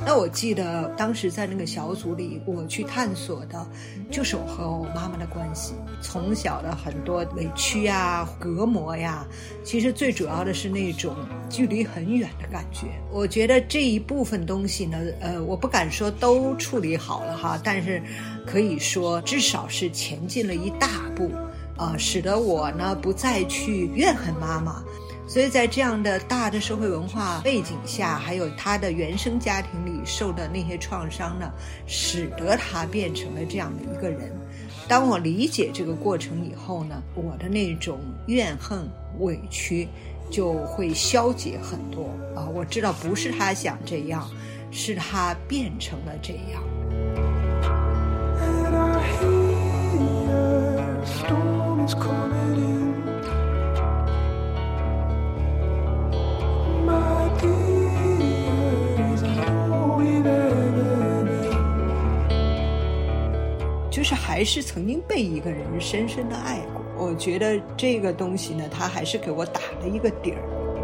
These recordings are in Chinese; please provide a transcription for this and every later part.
那我记得当时在那个小组里，我去探索的就是我和我妈妈的关系，从小的很多委屈啊、隔膜呀，其实最主要的是那种距离很远的感觉。我觉得这一部分东西呢，我不敢说都处理好了哈，但是可以说至少是前进了一大步，使得我呢不再去怨恨妈妈。所以在这样的大的社会文化背景下，还有他的原生家庭里受的那些创伤呢，使得他变成了这样的一个人。当我理解这个过程以后呢，我的那种怨恨委屈就会消解很多我知道不是他想这样，是他变成了这样。And I hear a storm is coming in.就是还是曾经被一个人深深的爱过，我觉得这个东西呢，他还是给我打了一个底儿。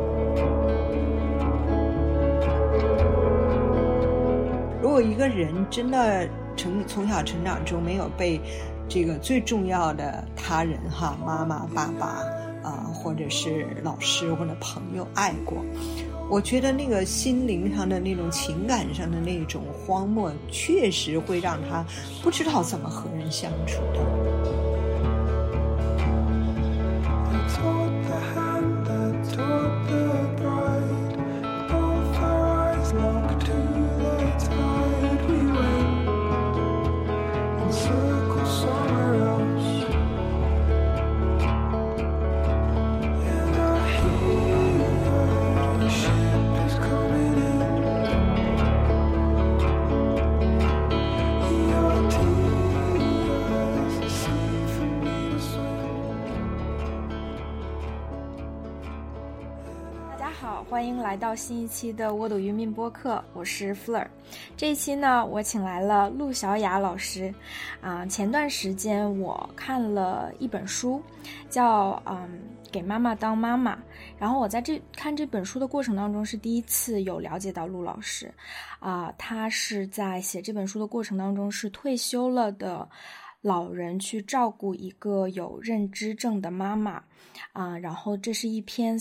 如果一个人真的从小成长中没有被这个最重要的他人妈妈、爸爸或者是老师或者朋友爱过，我觉得那个心灵上的那种情感上的那种荒漠，确实会让他不知道怎么和人相处的。 欢迎来到新一期的沃土渔民播客，我是 Fleur。这一期呢，我请来了陆小雅老师。前段时间我看了一本书，叫给妈妈当妈妈。然后我在看这本书的过程当中，是第一次有了解到陆老师。他是在写这本书的过程当中，是退休了的老人去照顾一个有认知症的妈妈。然后这是一篇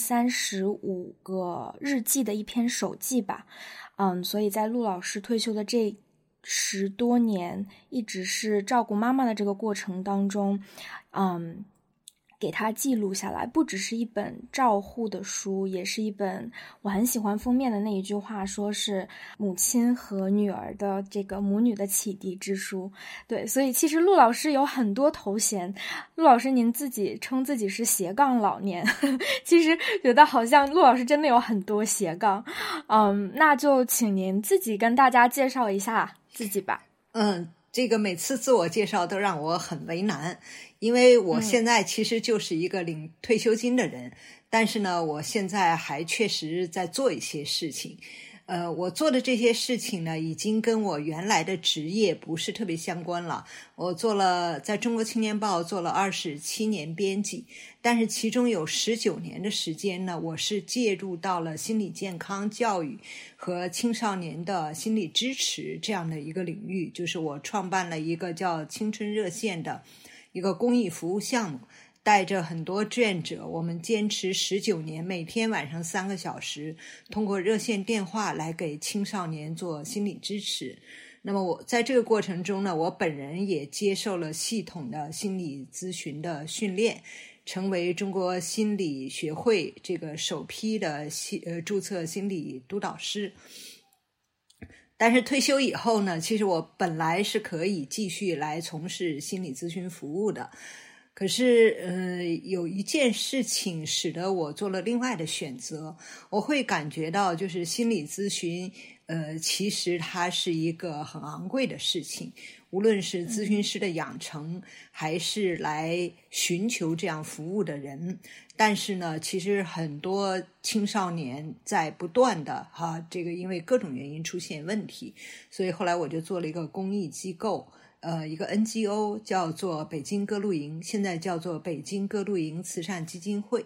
35个日记的一篇手记吧。所以在陆老师退休的这10多年，一直是照顾妈妈的这个过程当中，给他记录下来，不只是一本照护的书，也是一本我很喜欢封面的那一句话，说是母亲和女儿的这个母女的启迪之书。对，所以其实陆老师有很多头衔，陆老师您自己称自己是斜杠老年，其实觉得好像陆老师真的有很多斜杠。那就请您自己跟大家介绍一下自己吧。 这个每次自我介绍都让我很为难，因为我现在其实就是一个领退休金的人，但是呢，我现在还确实在做一些事情。我做的这些事情呢，已经跟我原来的职业不是特别相关了。我在中国青年报做了27年编辑，但是其中有19年的时间呢，我是介入到了心理健康教育和青少年的心理支持这样的一个领域，就是我创办了一个叫青春热线的一个公益服务项目，带着很多志愿者，我们坚持19年，每天晚上3个小时，通过热线电话来给青少年做心理支持。那么我在这个过程中呢，我本人也接受了系统的心理咨询的训练，成为中国心理学会这个首批的注册心理督导师。但是退休以后呢，其实我本来是可以继续来从事心理咨询服务的，可是有一件事情使得我做了另外的选择。我会感觉到就是心理咨询其实它是一个很昂贵的事情，无论是咨询师的养成还是来寻求这样服务的人。但是呢，其实很多青少年在不断的这个因为各种原因出现问题，所以后来我就做了一个公益机构，一个 NGO 叫做北京歌露营，现在叫做北京歌露营慈善基金会。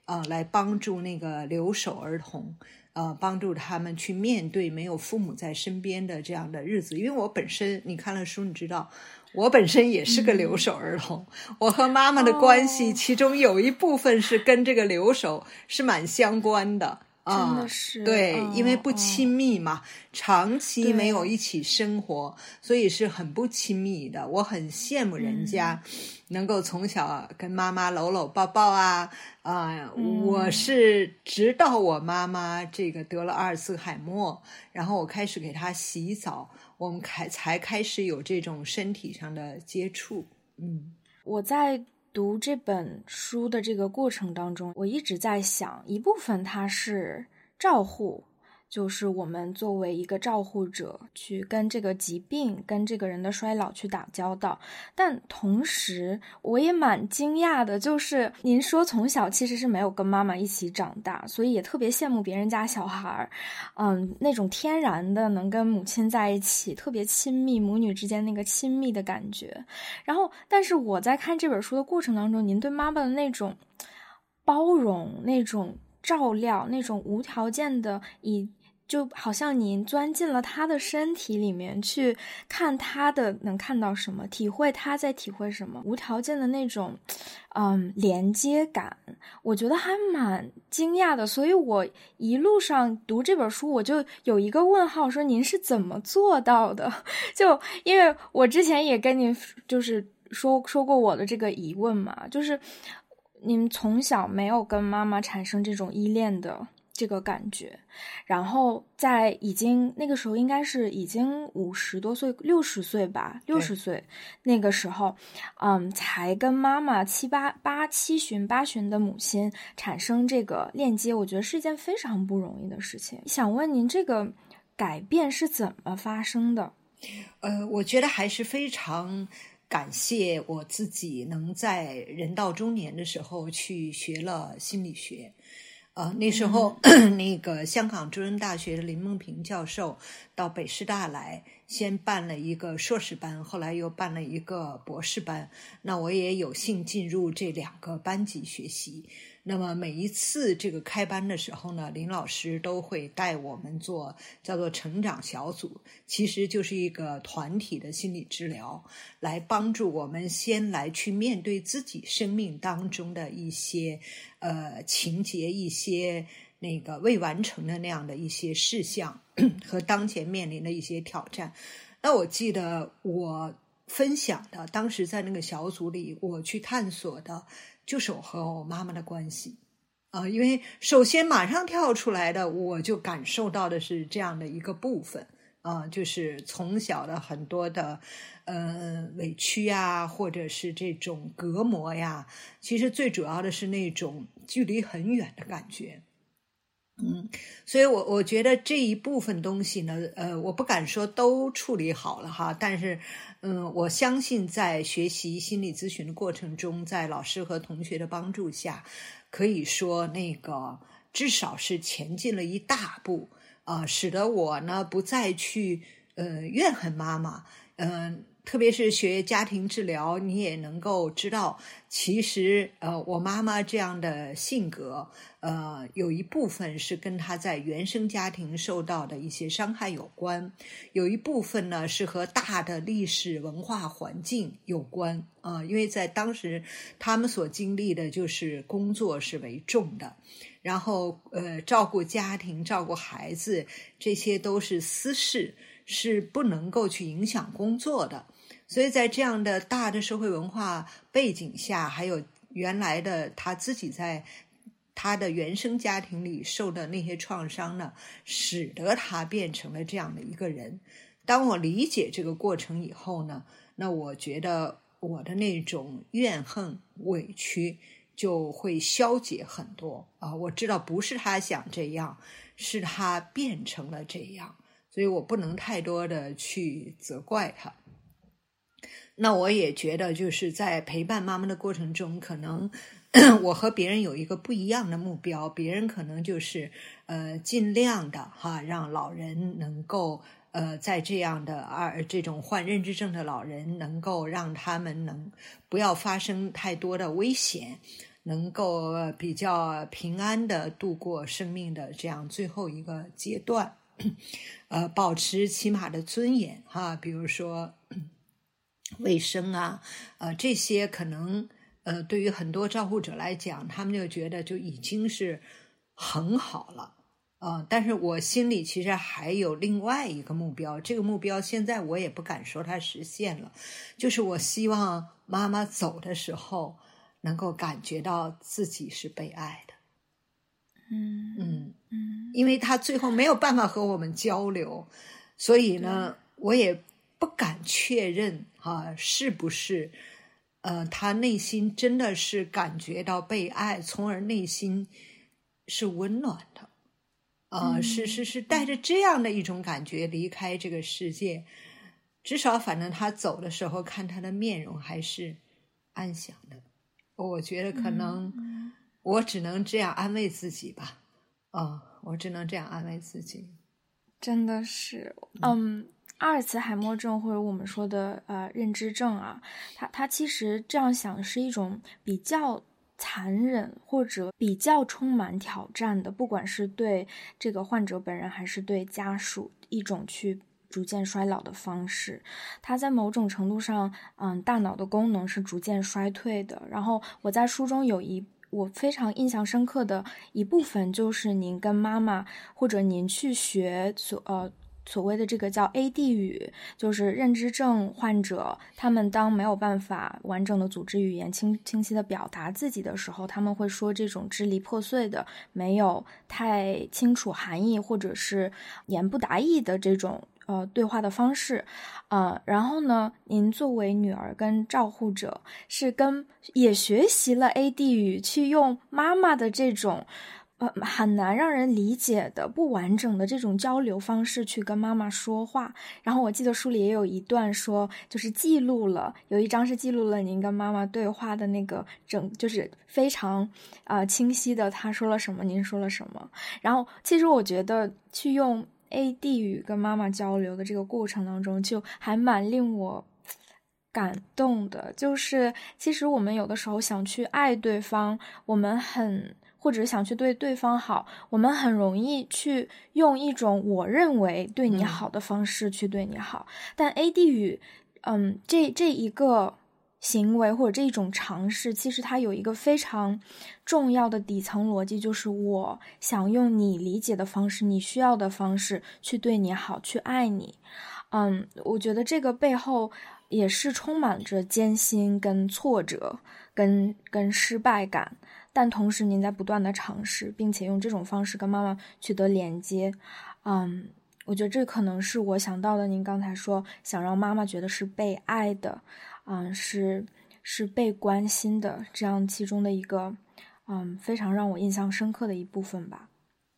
来帮助那个留守儿童，帮助他们去面对没有父母在身边的这样的日子。因为我本身，你看了书你知道，我本身也是个留守儿童，我和妈妈的关系，其中有一部分是跟这个留守是蛮相关的。 真的是对，因为不亲密嘛，长期没有一起生活，所以是很不亲密的。我很羡慕人家能够从小跟妈妈搂搂抱抱啊，我是直到我妈妈这个得了阿尔茨海默，然后我开始给她洗澡，我们才开始有这种身体上的接触。 我在读这本书的这个过程当中，我一直在想，一部分它是照护，就是我们作为一个照护者去跟这个疾病跟这个人的衰老去打交道，但同时我也蛮惊讶的，就是您说从小其实是没有跟妈妈一起长大，所以也特别羡慕别人家小孩那种天然的能跟母亲在一起特别亲密，母女之间那个亲密的感觉。然后但是我在看这本书的过程当中，您对妈妈的那种包容，那种照料，那种无条件的就好像你钻进了他的身体里面去看他的能看到什么，体会他在体会什么，无条件的那种连接感，我觉得还蛮惊讶的。所以我一路上读这本书，我就有一个问号，说您是怎么做到的？就因为我之前也跟您就是说过我的这个疑问嘛，就是您从小没有跟妈妈产生这种依恋的这个感觉，然后在那个时候应该是已经50多岁60岁吧，60岁那个时候才跟妈妈七旬八旬的母亲产生这个链接，我觉得是一件非常不容易的事情。想问您这个改变是怎么发生的？ 我觉得还是非常感谢我自己能在人到中年的时候去学了心理学。那时候那个香港中文大学的林梦平教授到北师大来，先办了一个硕士班，后来又办了一个博士班，那我也有幸进入这2个班级学习。那么每一次这个开班的时候呢，林老师都会带我们做叫做成长小组，其实就是一个团体的心理治疗，来帮助我们先来去面对自己生命当中的一些情节，一些那个未完成的那样的一些事项和当前面临的一些挑战。那我记得我分享的当时在那个小组里我去探索的就是我和我妈妈的关系因为首先马上跳出来的我就感受到的是这样的一个部分就是从小的很多的委屈啊，或者是这种隔膜呀，其实最主要的是那种距离很远的感觉。所以我觉得这一部分东西呢，我不敢说都处理好了哈，但是我相信在学习心理咨询的过程中，在老师和同学的帮助下，可以说那个至少是前进了一大步使得我呢不再去怨恨妈妈。特别是学家庭治疗，你也能够知道，其实我妈妈这样的性格有一部分是跟她在原生家庭受到的一些伤害有关，有一部分呢是和大的历史文化环境有关因为在当时他们所经历的就是工作是为重的，然后照顾家庭照顾孩子这些都是私事，是不能够去影响工作的。所以在这样的大的社会文化背景下，还有原来的他自己在他的原生家庭里受的那些创伤呢，使得他变成了这样的一个人。当我理解这个过程以后呢，那我觉得我的那种怨恨委屈就会消解很多我知道不是他想这样，是他变成了这样，所以我不能太多的去责怪他。那我也觉得就是在陪伴妈妈的过程中，可能我和别人有一个不一样的目标，别人可能就是尽量的让老人能够在这样的这种患认知症的老人能够让他们不要发生太多的危险。 能够比较平安的度过生命的这样最后一个阶段，保持起码的尊严哈，比如说卫生啊，这些可能对于很多照护者来讲，他们就觉得就已经是很好了。但是我心里其实还有另外一个目标，这个目标现在我也不敢说它实现了，就是我希望妈妈走的时候能够感觉到自己是被爱的。因为她最后没有办法和我们交流，所以呢，我也不敢确认是不是她内心真的是感觉到被爱，从而内心是温暖的。是带着这样的一种感觉离开这个世界，至少反正他走的时候看他的面容还是安详的。我觉得可能我只能这样安慰自己吧。我只能这样安慰自己。 真的是，阿尔茨海默症或者我们说的认知症啊，它其实这样想是一种比较残忍或者比较充满挑战的，不管是对这个患者本人还是对家属，一种去逐渐衰老的方式。它在某种程度上大脑的功能是逐渐衰退的。然后我在书中有我非常印象深刻的一部分，就是您跟妈妈或者您去学所谓的这个叫 AD 语，就是认知症患者，他们当没有办法完整的组织语言清晰的表达自己的时候，他们会说这种支离破碎的，没有太清楚含义或者是言不达意的这种对话的方式。然后呢，您作为女儿跟照护者，是也学习了 AD 语，去用妈妈的这种很难让人理解的不完整的这种交流方式去跟妈妈说话。然后我记得书里也有一段说，就是记录了，有一章是记录了您跟妈妈对话的那个就是非常清晰的，她说了什么，您说了什么。然后其实我觉得去用 AD 语跟妈妈交流的这个过程当中，就还蛮令我感动的。就是其实我们有的时候想去爱对方，或者想去对对方好，我们很容易去用一种我认为对你好的方式去对你好。但 AD 语这一个行为或者这一种尝试，其实它有一个非常重要的底层逻辑，就是我想用你理解的方式，你需要的方式去对你好，去爱你。我觉得这个背后也是充满着艰辛跟挫折跟失败感，但同时您在不断的尝试，并且用这种方式跟妈妈取得连接。我觉得这可能是我想到的您刚才说想让妈妈觉得是被爱的，是被关心的，这样其中的一个非常让我印象深刻的一部分吧。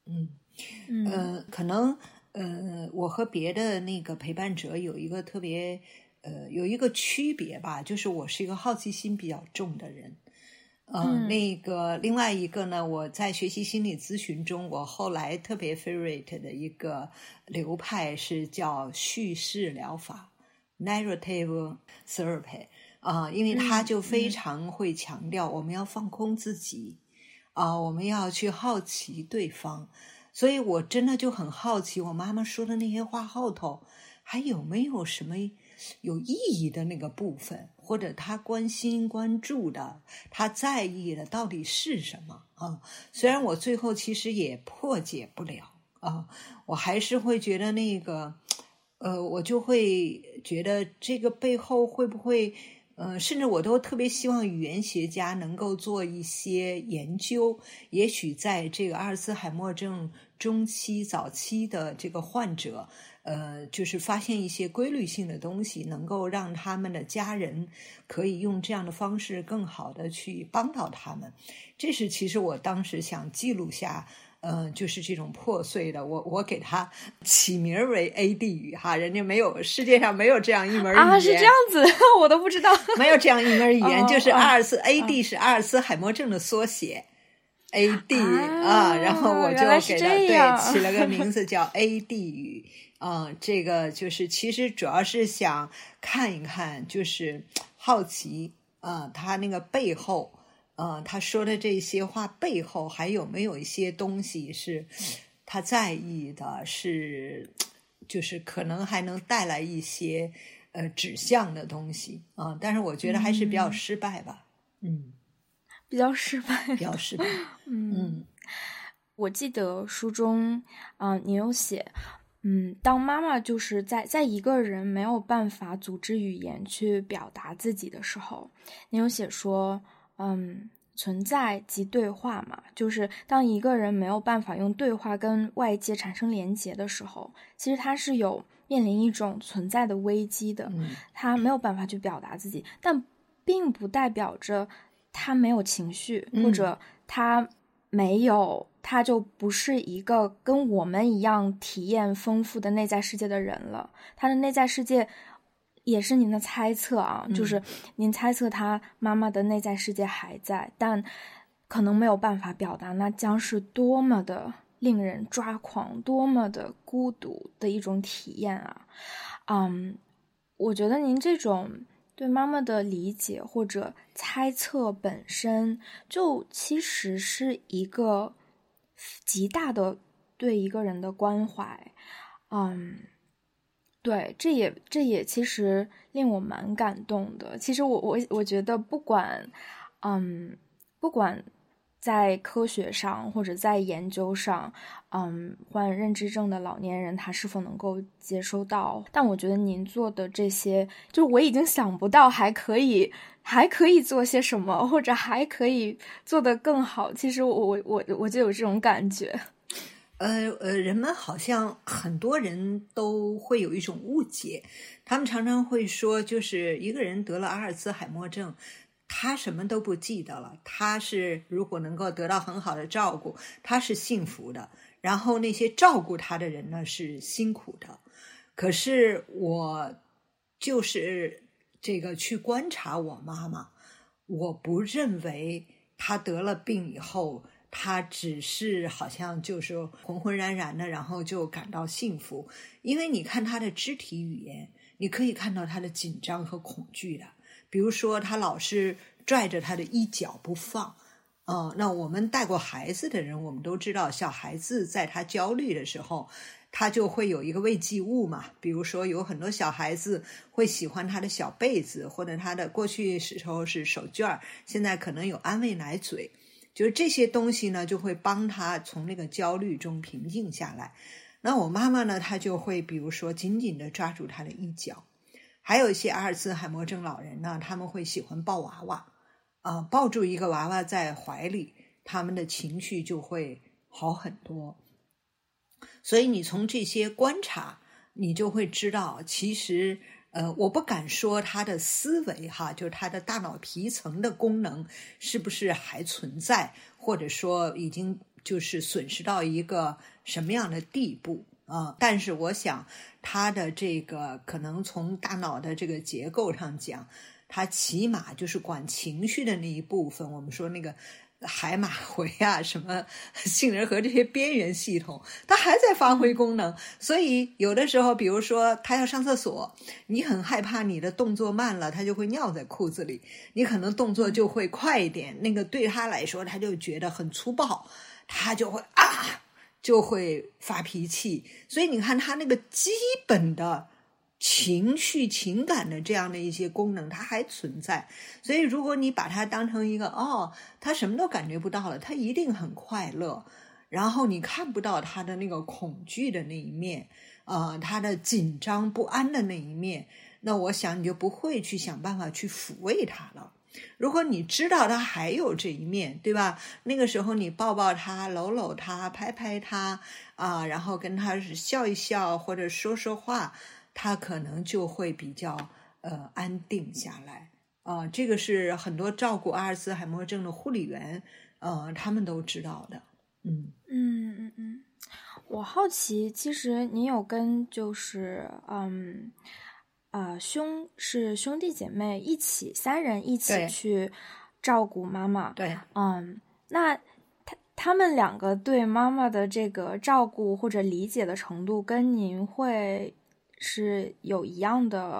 可能我和别的那个陪伴者有一个特别有一个区别吧，就是我是一个好奇心比较重的人。那个另外一个呢，我在学习心理咨询中，我后来特别 favorite 的一个流派是叫叙事疗法 narrative therapy 因为它就非常会强调我们要放空自己我们要去好奇对方。所以我真的就很好奇，我妈妈说的那些话后头还有没有什么有意义的那个部分，或者他关心关注的，他在意的到底是什么虽然我最后其实也破解不了我还是会觉得那个我就会觉得这个背后会不会甚至我都特别希望语言学家能够做一些研究，也许在这个阿尔茨海默症中期早期的这个患者就是发现一些规律性的东西，能够让他们的家人可以用这样的方式更好的去帮到他们。这是其实我当时想记录下就是这种破碎的，我给它起名为 AD 语人家世界上没有这样一门语言是这样子我都不知道没有这样一门语言就是AD 是阿尔茨海默症的缩写AD 然后我就给它起了个名字叫 AD 语这个就是其实主要是想看一看，就是好奇它那个背后他说的这些话背后还有没有一些东西是他在意的，是就是可能还能带来一些指向的东西啊，但是我觉得还是比较失败吧。 比较失败， 比较失败。 我记得书中你有写当妈妈就是在一个人没有办法组织语言去表达自己的时候，你有写说存在即对话嘛，就是当一个人没有办法用对话跟外界产生连结的时候，其实他是有面临一种存在的危机的。他没有办法去表达自己，但并不代表着他没有情绪，或者他就不是一个跟我们一样体验丰富的内在世界的人了。他的内在世界也是您的猜测啊，就是您猜测他妈妈的内在世界还在，但可能没有办法表达，那将是多么的令人抓狂，多么的孤独的一种体验啊。我觉得您这种对妈妈的理解或者猜测本身就其实是一个极大的对一个人的关怀。对，这也其实令我蛮感动的。其实我觉得不管在科学上或者在研究上，患认知症的老年人他是否能够接收到，但我觉得您做的这些，就是我已经想不到还可以做些什么，或者还可以做得更好。其实我就有这种感觉。 人们好像很多人都会有一种误解，他们常常会说，就是一个人得了阿尔兹海默症，他什么都不记得了，他是如果能够得到很好的照顾，他是幸福的，然后那些照顾他的人呢是辛苦的。可是我就是这个去观察我妈妈，我不认为她得了病以后他只是好像就是浑浑然然的，然后就感到幸福。因为你看他的肢体语言，你可以看到他的紧张和恐惧的。比如说他老是拽着他的衣角不放。那我们带过孩子的人，我们都知道小孩子在他焦虑的时候，他就会有一个慰藉物嘛。比如说有很多小孩子会喜欢他的小被子，或者他的过去时候是手绢，现在可能有安慰奶嘴。就是这些东西呢，就会帮他从那个焦虑中平静下来。那我妈妈呢，她就会比如说紧紧地抓住他的衣角。还有一些阿尔兹海默症老人呢，他们会喜欢抱娃娃，抱住一个娃娃在怀里，他们的情绪就会好很多。所以你从这些观察，你就会知道，其实我不敢说他的思维就是他的大脑皮层的功能是不是还存在，或者说已经就是损失到一个什么样的地步但是我想他的这个可能从大脑的这个结构上讲，他起码就是管情绪的那一部分，我们说那个海马回什么杏仁核这些边缘系统，它还在发挥功能。所以有的时候比如说他要上厕所，你很害怕你的动作慢了，他就会尿在裤子里，你可能动作就会快一点，那个对他来说他就觉得很粗暴，他就会就会发脾气。所以你看他那个基本的情绪情感的这样的一些功能它还存在。所以如果你把它当成一个他什么都感觉不到了，他一定很快乐，然后你看不到他的那个恐惧的那一面他的紧张不安的那一面，那我想你就不会去想办法去抚慰他了。如果你知道他还有这一面，对吧？那个时候你抱抱他，搂搂他，拍拍他然后跟他笑一笑或者说说话，他可能就会比较安定下来这个是很多照顾阿尔兹海默症的护理员他们都知道的。 我好奇，其实你有跟就是兄弟姐妹一起3人一起去照顾妈妈。 对， 那他们2个对妈妈的这个照顾或者理解的程度跟您会是有一样的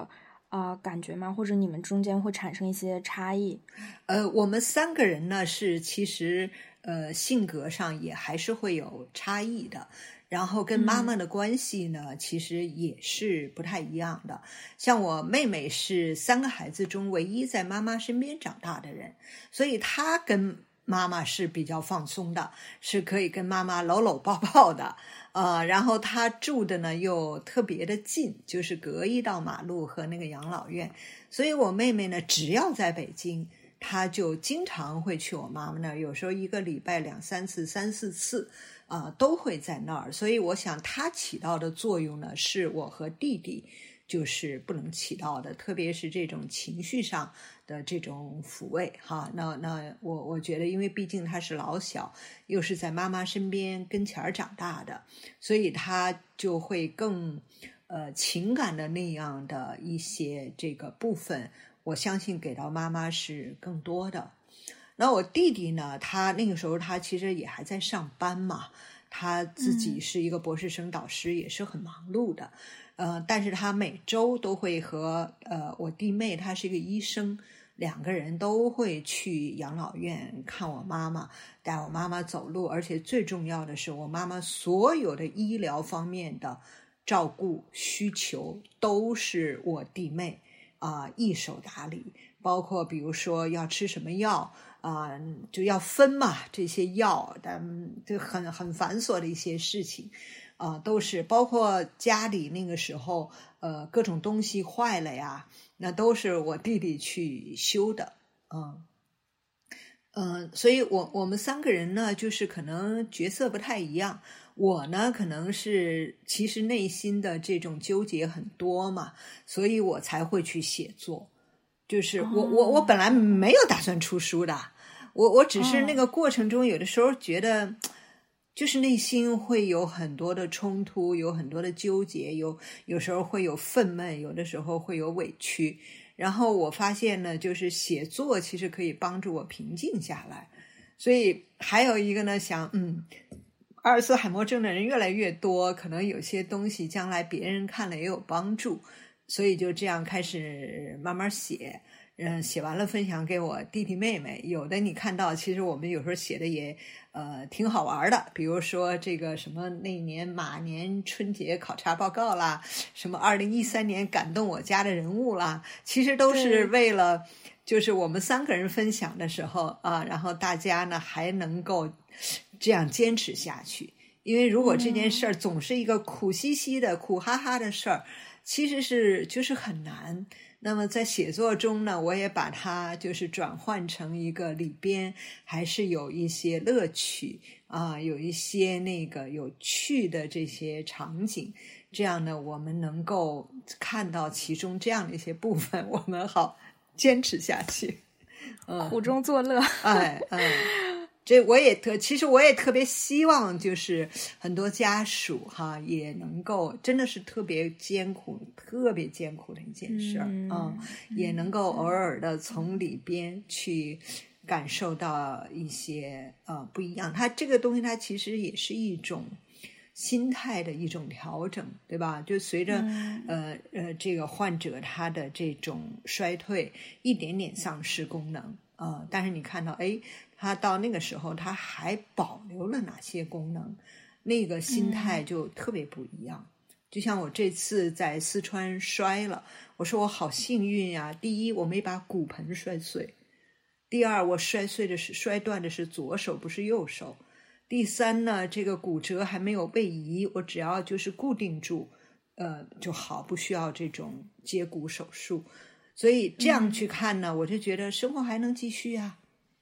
感觉吗？或者你们中间会产生一些差异？ 我们3个人呢是其实性格上也还是会有差异的，然后跟妈妈的关系呢，其实也是不太一样的。像我妹妹是3个孩子中唯一在妈妈身边长大的人，所以她跟妈妈是比较放松的，是可以跟妈妈搂搂抱抱的。然后她住的呢又特别的近，就是隔一道马路和那个养老院，所以我妹妹呢只要在北京，她就经常会去我妈妈那儿，有时候1个礼拜2、3次、3、4次都会在那儿。所以我想她起到的作用呢，是我和弟弟就是不能起到的，特别是这种情绪上的这种抚慰哈。那我觉得，因为毕竟他是老小，又是在妈妈身边跟前儿长大的，所以他就会更情感的那样的一些这个部分，我相信给到妈妈是更多的。那我弟弟呢，他那个时候他其实也还在上班嘛，他自己是一个博士生导师，也是很忙碌的。但是他每周都会和我弟妹，她是一个医生，2个人都会去养老院看我妈妈，带我妈妈走路，而且最重要的是，我妈妈所有的医疗方面的照顾需求都是我弟妹一手打理，包括比如说要吃什么药就要分嘛，这些药就很繁琐的一些事情。都是包括家里那个时候各种东西坏了呀，那都是我弟弟去修的。所以我们3个人呢，就是可能角色不太一样。我呢可能是其实内心的这种纠结很多嘛，所以我才会去写作。就是我本来没有打算出书的，我只是那个过程中有的时候觉得就是内心会有很多的冲突，有很多的纠结，有时候会有愤懑，有的时候会有委屈。然后我发现呢，就是写作其实可以帮助我平静下来。所以还有一个呢，想阿尔茨海默症的人越来越多，可能有些东西将来别人看了也有帮助，所以就这样开始慢慢写。写完了分享给我弟弟妹妹，有的你看到其实我们有时候写的也挺好玩的，比如说这个什么那年马年春节考察报告啦，什么2013年感动我家的人物啦，其实都是为了就是我们3个人分享的时候然后大家呢还能够这样坚持下去。因为如果这件事儿总是一个苦兮兮的苦哈哈的事儿，其实就是很难。那么在写作中呢，我也把它就是转换成一个里边还是有一些乐趣有一些那个有趣的这些场景，这样呢我们能够看到其中这样的一些部分，我们好坚持下去。 苦中作乐。 这其实我也特别希望就是很多家属也能够真的是特别艰苦的一件事儿也能够偶尔的从里边去感受到一些不一样。它这个东西它其实也是一种心态的一种调整，对吧？就随着这个患者他的这种衰退，一点点丧失功能但是你看到他到那个时候他还保留了哪些功能，那个心态就特别不一样。就像我这次在四川摔了，我说我好幸运呀！第一，我没把骨盆摔碎；第二，我摔断的是左手，不是右手；第三呢，这个骨折还没有位移，我只要就是固定住就好，不需要这种接骨手术。所以这样去看呢，我就觉得生活还能继续啊，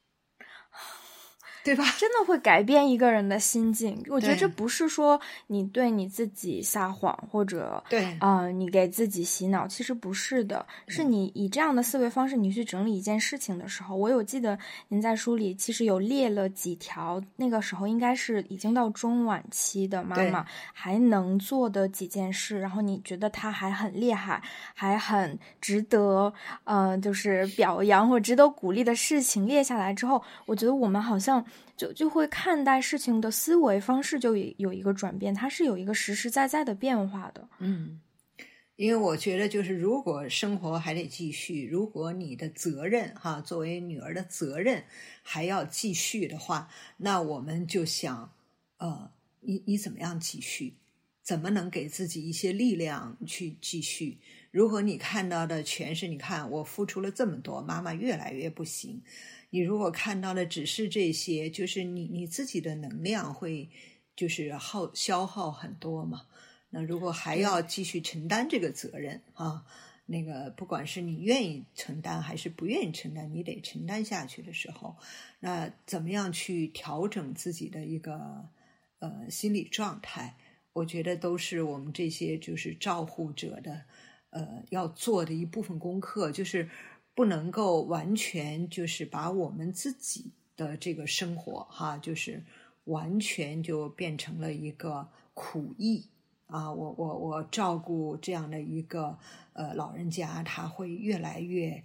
对吧？ 真的会改变一个人的心境。我觉得这不是说你对你自己撒谎，或者对你给自己洗脑，其实不是的，是你以这样的思维方式你去整理一件事情的时候，我有记得您在书里其实有列了几条，那个时候应该是已经到中晚期的妈妈还能做的几件事，然后你觉得她还很厉害，还很值得就是表扬或值得鼓励的事情列下来之后，我觉得我们好像就会看待事情的思维方式就有一个转变，它是有一个实实在在的变化的。 因为我觉得就是如果生活还得继续，如果你的责任作为女儿的责任还要继续的话，那我们就想你怎么样继续，怎么能给自己一些力量去继续。如果你看到的全是你看我付出了这么多，妈妈越来越不行，你如果看到的只是这些，就是你自己的能量会就是消耗很多嘛。那如果还要继续承担这个责任那个不管是你愿意承担还是不愿意承担，你得承担下去的时候，那怎么样去调整自己的一个心理状态，我觉得都是我们这些就是照护者的要做的一部分功课，就是不能够完全就是把我们自己的这个生活就是完全就变成了一个苦役我照顾这样的一个老人家，他会越来越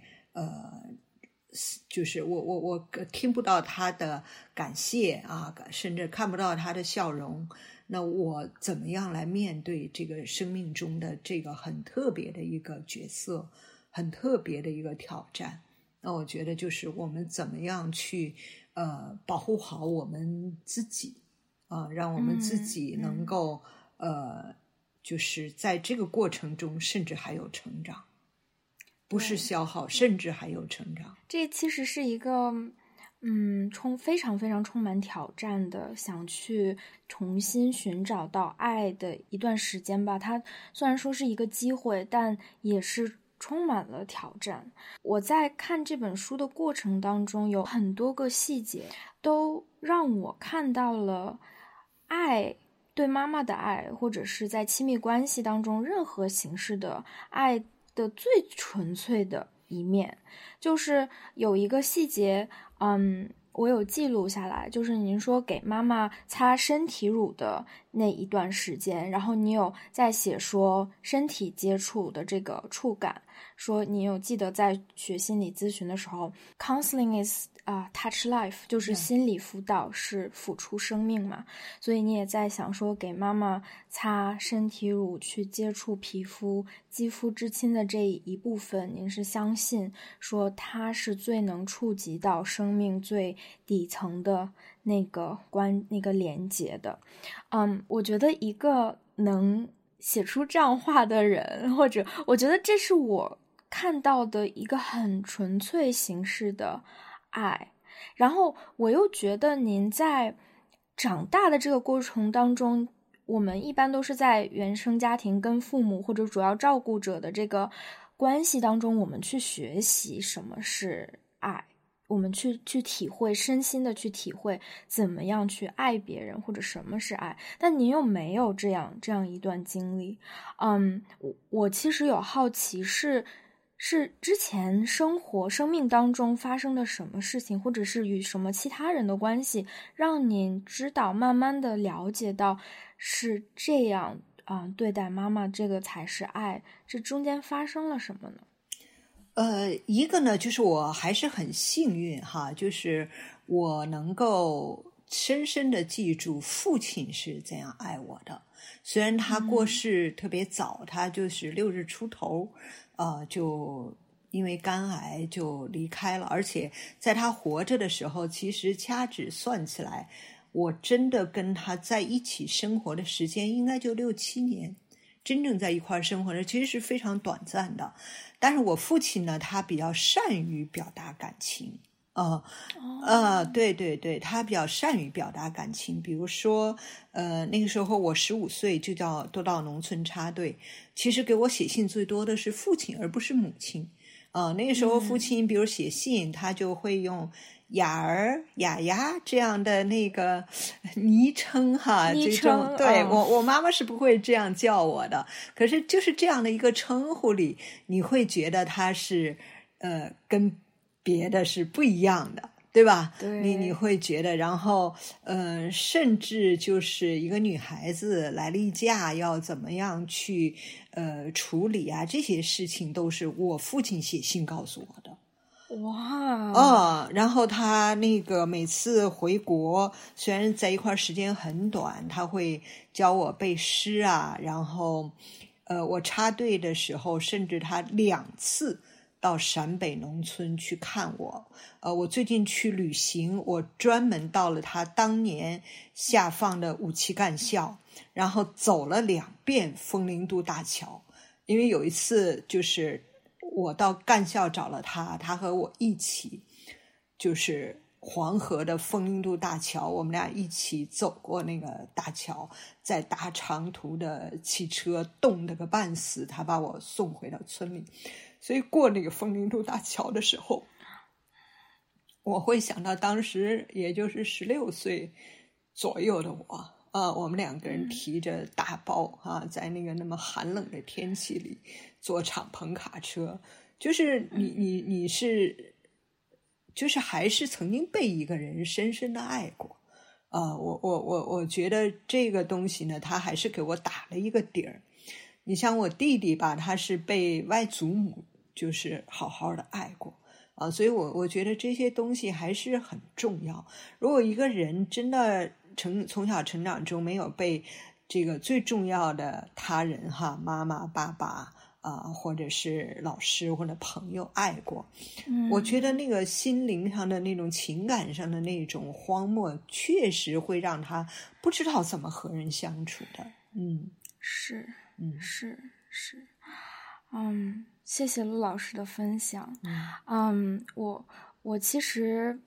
就是我听不到他的感谢甚至看不到他的笑容，那我怎么样来面对这个生命中的这个很特别的一个角色，很特别的一个挑战？那我觉得就是我们怎么样去保护好我们自己让我们自己能够就是在这个过程中甚至还有成长，不是消耗，甚至还有成长。 这其实是一个非常非常充满挑战的，想去重新寻找到爱的一段时间吧。它虽然说是一个机会，但也是充满了挑战。我在看这本书的过程当中，有很多个细节都让我看到了爱，对妈妈的爱，或者是在亲密关系当中任何形式的爱的最纯粹的一面。就是有一个细节我有记录下来，就是您说给妈妈擦身体乳的那一段时间，然后你有在写说身体接触的这个触感，说你有记得在学心理咨询的时候 counseling is touch life， 就是心理辅导是抚触生命嘛，所以你也在想说给妈妈擦身体乳去接触皮肤肌肤之亲的这一部分，您是相信说它是最能触及到生命最底层的那个连结的。我觉得一个能写出这样话的人，或者我觉得这是我看到的一个很纯粹形式的爱。然后我又觉得您在长大的这个过程当中，我们一般都是在原生家庭跟父母或者主要照顾者的这个关系当中，我们去学习什么是爱，我们去体会，身心的去体会怎么样去爱别人，或者什么是爱。但您又没有这样一段经历。我其实有好奇是之前生命当中发生的什么事情，或者是与什么其他人的关系，让您知道慢慢的了解到是这样对待妈妈这个才是爱，这中间发生了什么呢？ 一个呢，就是我还是很幸运就是我能够深深的记住父亲是怎样爱我的。虽然他过世特别早，他就是60出头，就因为肝癌就离开了。而且在他活着的时候，其实掐指算起来，我真的跟他在一起生活的时间应该就6、7年。真正在一块生活的其实是非常短暂的。但是我父亲呢，他比较善于表达感情对对对，他比较善于表达感情。比如说那个时候我15岁都到农村插队，其实给我写信最多的是父亲而不是母亲那个时候父亲比如写信他就会用雅儿、雅雅这样的那个昵称这种对我妈妈是不会这样叫我的，可是就是这样的一个称呼里，你会觉得他是跟别的是不一样的，对吧？ 对， 你会觉得，然后甚至就是一个女孩子来例假要怎么样去处理这些事情都是我父亲写信告诉我的。 哇然后他那个每次回国，虽然在一块时间很短，他会教我背诗然后我插队的时候，甚至他2次到陕北农村去看我。我最近去旅行，我专门到了他当年下放的武器干校，然后走了2遍枫林渡大桥。因为有一次就是我到干校找了他，他和我一起就是黄河的枫林渡大桥，我们俩一起走过那个大桥，在大长途的汽车冻得个半死，他把我送回到村里。所以过那个枫林渡大桥的时候，我会想到当时也就是16岁左右的我，我们2个人提着大包在那个那么寒冷的天气里坐敞篷卡车，就是你是就是还是曾经被一个人深深的爱过。我觉得这个东西呢，他还是给我打了一个底儿。你像我弟弟吧，他是被外祖母就是好好的爱过所以我觉得这些东西还是很重要。如果一个人真的从小成长中没有被这个最重要的他人妈妈爸爸或者是老师或者朋友爱过，我觉得那个心灵上的那种情感上的那种荒漠，确实会让他不知道怎么和人相处的。 是，谢谢陆老师的分享。我其实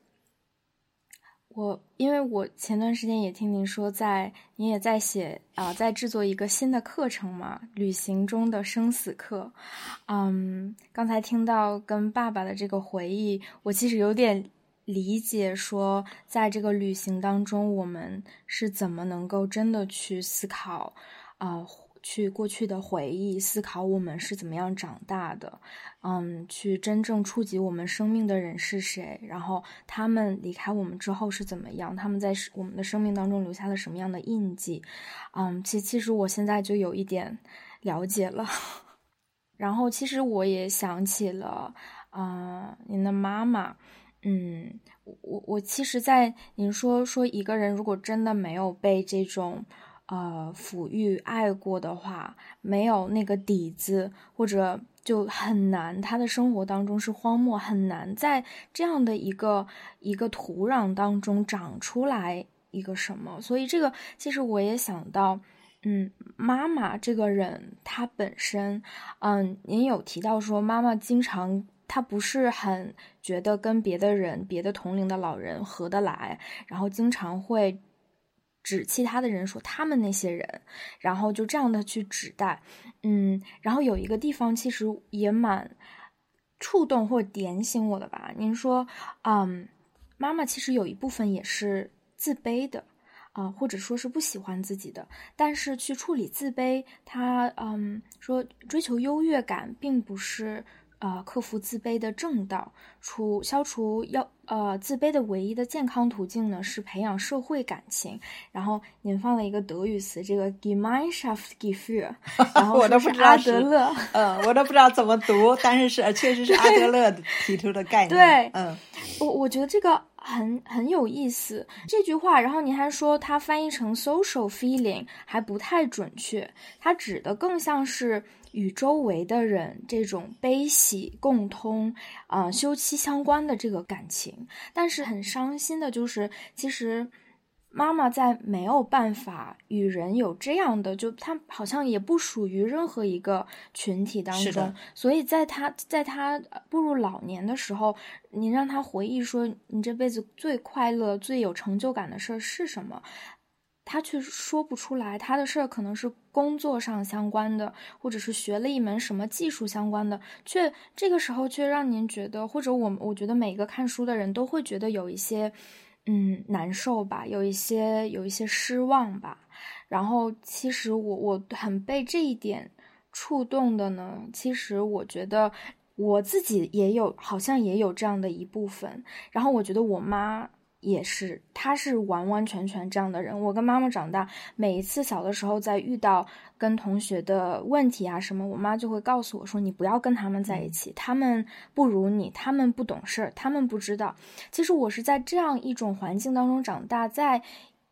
因为我前段时间也听您说您也在写在制作一个新的课程嘛，旅行中的生死课。刚才听到跟爸爸的这个回忆，我其实有点理解说，在这个旅行当中，我们是怎么能够真的去思考去过去的回忆，思考我们是怎么样长大的，去真正触及我们生命的人是谁，然后他们离开我们之后是怎么样，他们在我们的生命当中留下了什么样的印记。其实我现在就有一点了解了。然后其实我也想起了您的妈妈。我其实在您说一个人如果真的没有被这种抚育爱过的话，没有那个底子，或者就很难，他的生活当中是荒漠，很难在这样的一个土壤当中长出来一个什么。所以这个其实我也想到妈妈这个人她本身您有提到说妈妈经常她不是很觉得跟别的人别的同龄的老人合得来，然后经常会指其他的人说他们那些人，然后就这样的去指代。然后有一个地方其实也蛮触动或点醒我的吧。您说妈妈其实有一部分也是自卑的或者说是不喜欢自己的，但是去处理自卑，她说追求优越感并不是克服自卑的正道，消除自卑的唯一的健康途径呢是培养社会感情。然后您放了一个德语词，这个 Gemeinschaftsgefühl， 然后我都不知道阿德勒， 我都不知道怎么读，但是确实是阿德勒提出的概念。 对， 我觉得这个很有意思这句话。然后您还说它翻译成 social feeling 还不太准确，它指的更像是与周围的人这种悲喜共通休戚相关的这个感情。但是很伤心的就是其实妈妈在没有办法与人有这样的，就她好像也不属于任何一个群体当中，所以在她步入老年的时候，你让她回忆说你这辈子最快乐最有成就感的事是什么，他却说不出来。他的事儿可能是工作上相关的，或者是学了一门什么技术相关的，这个时候却让您觉得，或者我觉得每个看书的人都会觉得有一些难受吧，有一些失望吧。然后其实我很被这一点触动的呢，其实我觉得我自己好像也有这样的一部分。然后我觉得我妈也是，她是完完全全这样的人。我跟妈妈长大，每一次小的时候在遇到跟同学的问题啊什么，我妈就会告诉我说你不要跟他们在一起，他们不如你，他们不懂事，他们不知道。其实我是在这样一种环境当中长大，在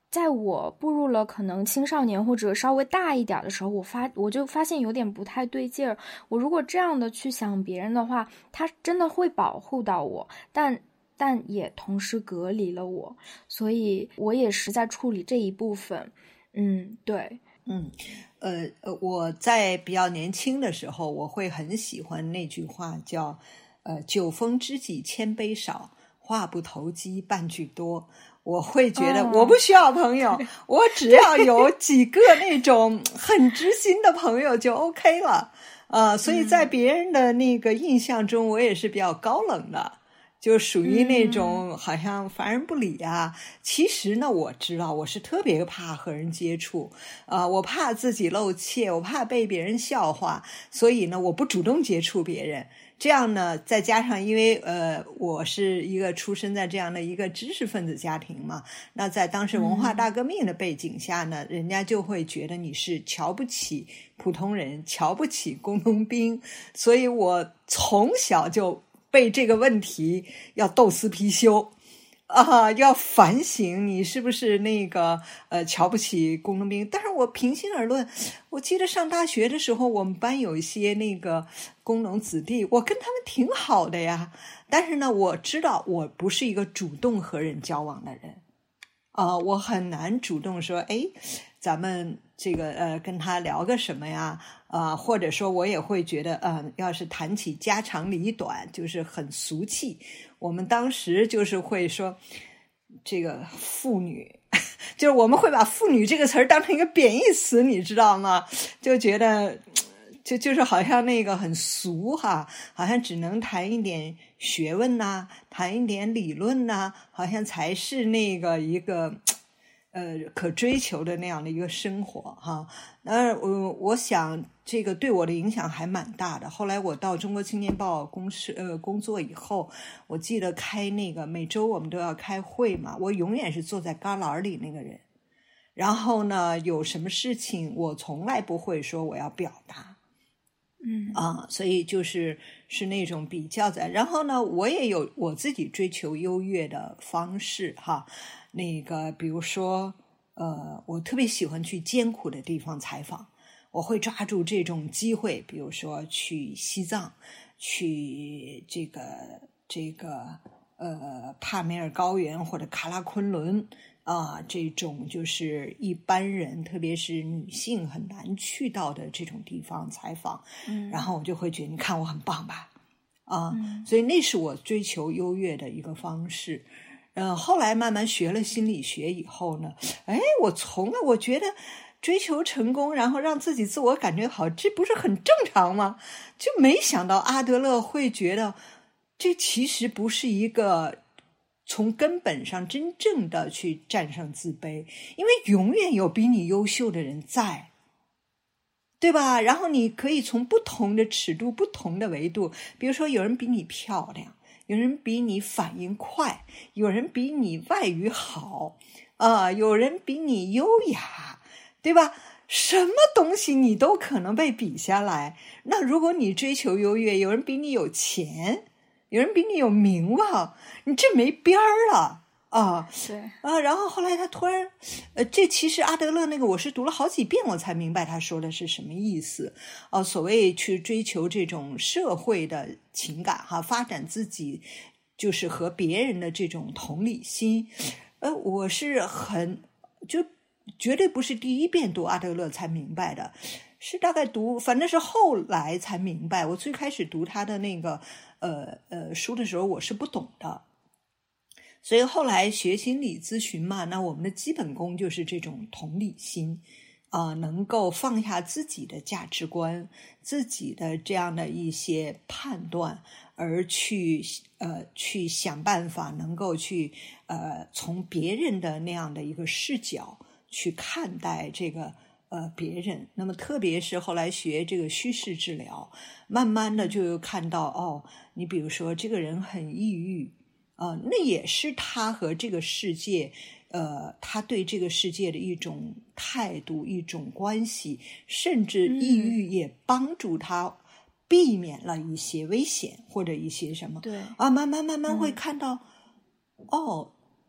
在我步入了可能青少年或者稍微大一点的时候，我就发现有点不太对劲儿。我如果这样的去想别人的话，他真的会保护到我，但也同时隔离了我，所以我也是在处理这一部分。对。 我在比较年轻的时候，我会很喜欢那句话叫酒逢知己千杯少，话不投机半句多。我会觉得我不需要朋友，我只要有几个那种很知心的朋友就 OK 了。所以在别人的那个印象中，我也是比较高冷的，就属于那种好像烦人不理啊。其实呢，我知道我是特别怕和人接触，我怕自己露怯，我怕被别人笑话，所以呢，我不主动接触别人。这样呢，再加上因为我是一个出生在这样的一个知识分子家庭嘛，那在当时文化大革命的背景下呢，人家就会觉得你是瞧不起普通人，瞧不起工农兵，所以我从小就被这个问题要斗私批修要反省你是不是那个瞧不起工农兵。但是我平心而论，我记得上大学的时候，我们班有一些那个工农子弟，我跟他们挺好的呀。但是呢，我知道我不是一个主动和人交往的人我很难主动说咱们这个跟他聊个什么呀或者说我也会觉得要是谈起家长里短就是很俗气。我们当时就是会说这个妇女就是我们会把妇女这个词儿当成一个贬义词，你知道吗？就觉得就是好像那个很俗哈，好像只能谈一点学问呐，谈一点理论呐，好像才是那个一个可追求的那样的一个生活哈。我想这个对我的影响还蛮大的。后来我到中国青年报工作以后，我记得开那个每周我们都要开会嘛，我永远是坐在旮旯里那个人。然后呢，有什么事情我从来不会说我要表达。所以是那种比较在，然后呢，我也有我自己追求优越的方式哈。那个比如说我特别喜欢去艰苦的地方采访，我会抓住这种机会，比如说去西藏，去这个帕梅尔高原或者喀拉昆仑这种就是一般人特别是女性很难去到的这种地方采访，然后我就会觉得你看我很棒吧所以那是我追求优越的一个方式。后来慢慢学了心理学以后呢，我觉得追求成功，然后让自己自我感觉好，这不是很正常吗？就没想到阿德勒会觉得这其实不是一个从根本上真正的去战胜自卑，因为永远有比你优秀的人在，对吧？然后你可以从不同的尺度、不同的维度，比如说有人比你漂亮，有人比你反应快，有人比你外语好有人比你优雅，对吧？什么东西你都可能被比下来。那如果你追求优越，有人比你有钱，有人比你有名望，你这没边儿了对然后后来他突然这其实阿德勒那个我是读了好几遍我才明白他说的是什么意思所谓去追求这种社会的情感发展自己就是和别人的这种同理心我是就绝对不是第一遍读阿德勒才明白的，是大概反正是后来才明白。我最开始读他的那个书的时候我是不懂的，所以后来学心理咨询嘛，那我们的基本功就是这种同理心能够放下自己的价值观，自己的这样的一些判断，而去想办法能够去从别人的那样的一个视角去看待这个别人。那么特别是后来学这个叙事治疗，慢慢的就有看到你比如说这个人很抑郁那也是他和这个世界他对这个世界的一种态度，一种关系，甚至抑郁也帮助他避免了一些危险或者一些什么。 对慢慢会看到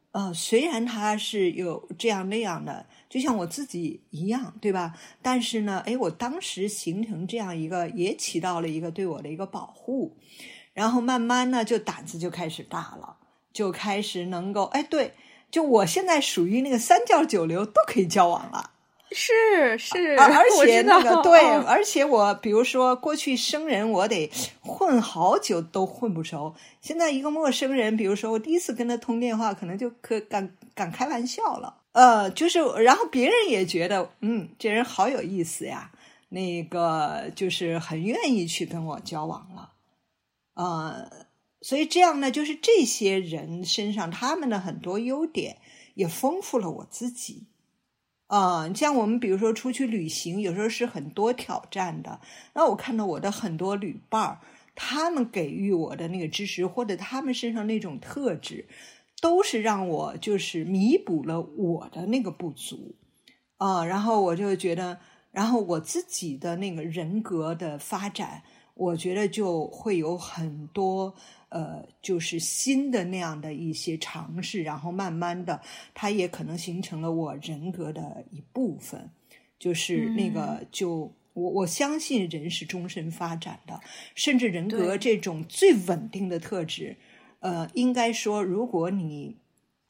虽然他是有这样那样的，就像我自己一样，对吧？但是呢，我当时形成这样一个，也起到了一个对我的一个保护，然后慢慢呢，就胆子就开始大了，就开始能够，对，就我现在属于那个三教九流都可以交往了。 是， 而且那个对，而且我比如说过去生人我得混好久都混不熟，现在一个陌生人，比如说我第一次跟他通电话，可能就敢开玩笑了，就是然后别人也觉得这人好有意思呀，那个就是很愿意去跟我交往了，所以这样呢，就是这些人身上他们的很多优点也丰富了我自己。像我们比如说出去旅行，有时候是很多挑战的。那我看到我的很多旅伴，他们给予我的那个支持，或者他们身上那种特质，都是让我就是弥补了我的那个不足。然后我就觉得，然后我自己的那个人格的发展，我觉得就会有很多就是新的那样的一些尝试，然后慢慢的它也可能形成了我人格的一部分，就是那个我相信人是终身发展的，甚至人格这种最稳定的特质，应该说如果你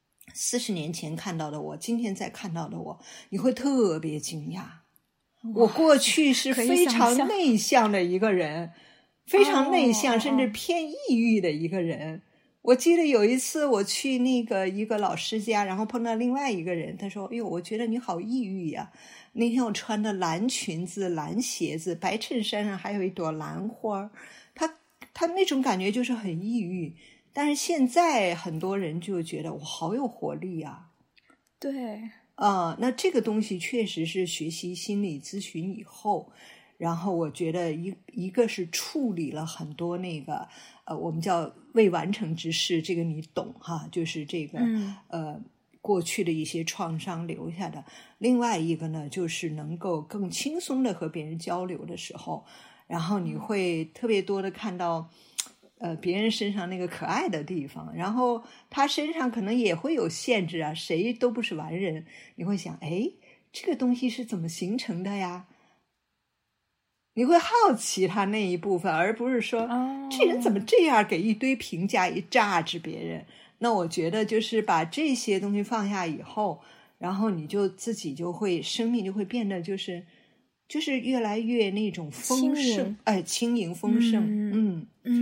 40年前看到的我，今天再看到的我，你会特别惊讶。我过去是非常内向的一个人，非常内向，甚至偏抑郁的一个人。我记得有一次我去那个一个老师家，然后碰到另外一个人，他说：“哎呦，我觉得你好抑郁呀。”那天我穿的蓝裙子、蓝鞋子，白衬衫上还有一朵兰花，他那种感觉就是很抑郁。但是现在很多人就觉得我好有活力啊。 对， 那这个东西确实是学习心理咨询以后，然后我觉得一个是处理了很多那个我们叫未完成之事，这个你懂哈，就是这个过去的一些创伤留下的。另外一个呢，就是能够更轻松的和别人交流的时候，然后你会特别多的看到别人身上那个可爱的地方，然后他身上可能也会有限制啊，谁都不是完人，你会想，这个东西是怎么形成的呀？你会好奇他那一部分，而不是说这人怎么这样，给一堆评价一榨制别人。那我觉得就是把这些东西放下以后，然后你就自己就会生命就会变得就是越来越那种丰盛，轻盈丰盛。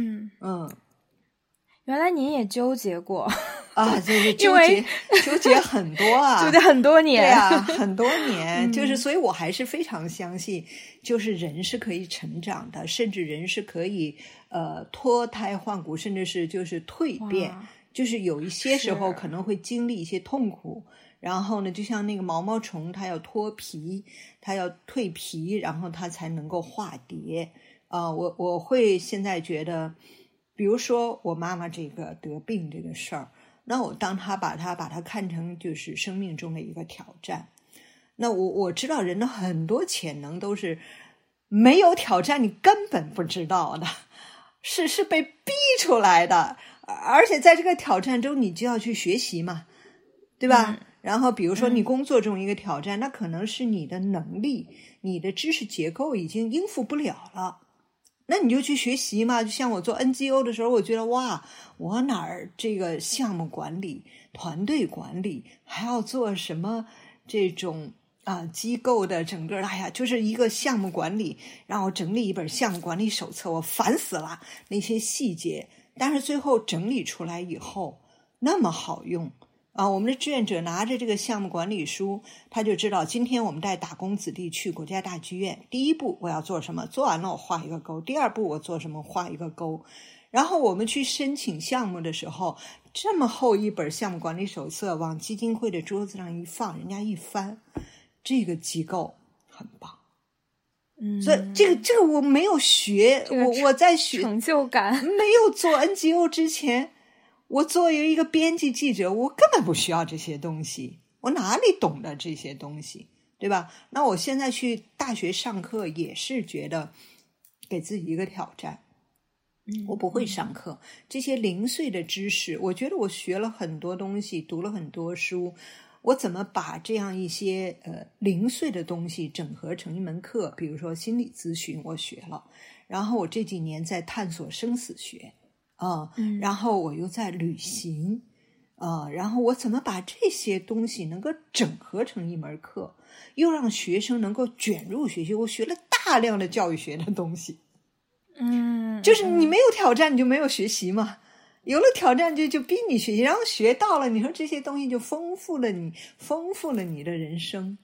原来您也纠结过啊，就是纠结很多啊， 纠结很多年， 对啊，很多年，就是所以我还是非常相信，就是人是可以成长的，甚至人是可以脱胎换骨，甚至是就是蜕变，就是有一些时候可能会经历一些痛苦，然后呢，就像那个毛毛虫，它要脱皮，它要蜕皮，然后它才能够化蝶。我会现在觉得，比如说我妈妈这个得病这个事儿，那我当她把它看成就是生命中的一个挑战，那我知道人的很多潜能都是没有挑战你根本不知道的，是被逼出来的，而且在这个挑战中你就要去学习嘛，对吧？然后比如说你工作中一个挑战，那可能是你的能力，你的知识结构已经应付不了了，那你就去学习嘛。就像我做 NGO 的时候，我觉得哇，我哪儿这个项目管理、团队管理，还要做什么这种机构的整个，就是一个项目管理，让我整理一本项目管理手册，我烦死了那些细节。但是最后整理出来以后，那么好用。我们的志愿者拿着这个项目管理书，他就知道今天我们带打工子弟去国家大剧院，第一步我要做什么，做完了我画一个勾，第二步我做什么，画一个勾。然后我们去申请项目的时候，这么厚一本项目管理手册往基金会的桌子上一放，人家一翻，这个机构很棒。所以这个我没有学，我在学成就感， 没有做 NGO 之前，我作为一个编辑记者，我根本不需要这些东西，我哪里懂得这些东西，对吧？那我现在去大学上课也是觉得给自己一个挑战， 我不会上课，这些零碎的知识，我觉得我学了很多东西，读了很多书，我怎么把这样一些零碎的东西整合成一门课？比如说心理咨询，我学了，然后我这几年在探索生死学然后我又在旅行然后我怎么把这些东西能够整合成一门课，又让学生能够卷入学习？我学了大量的教育学的东西。就是你没有挑战你就没有学习嘛，有了挑战就逼你学习，然后学到了，你说这些东西就丰富了你的人生。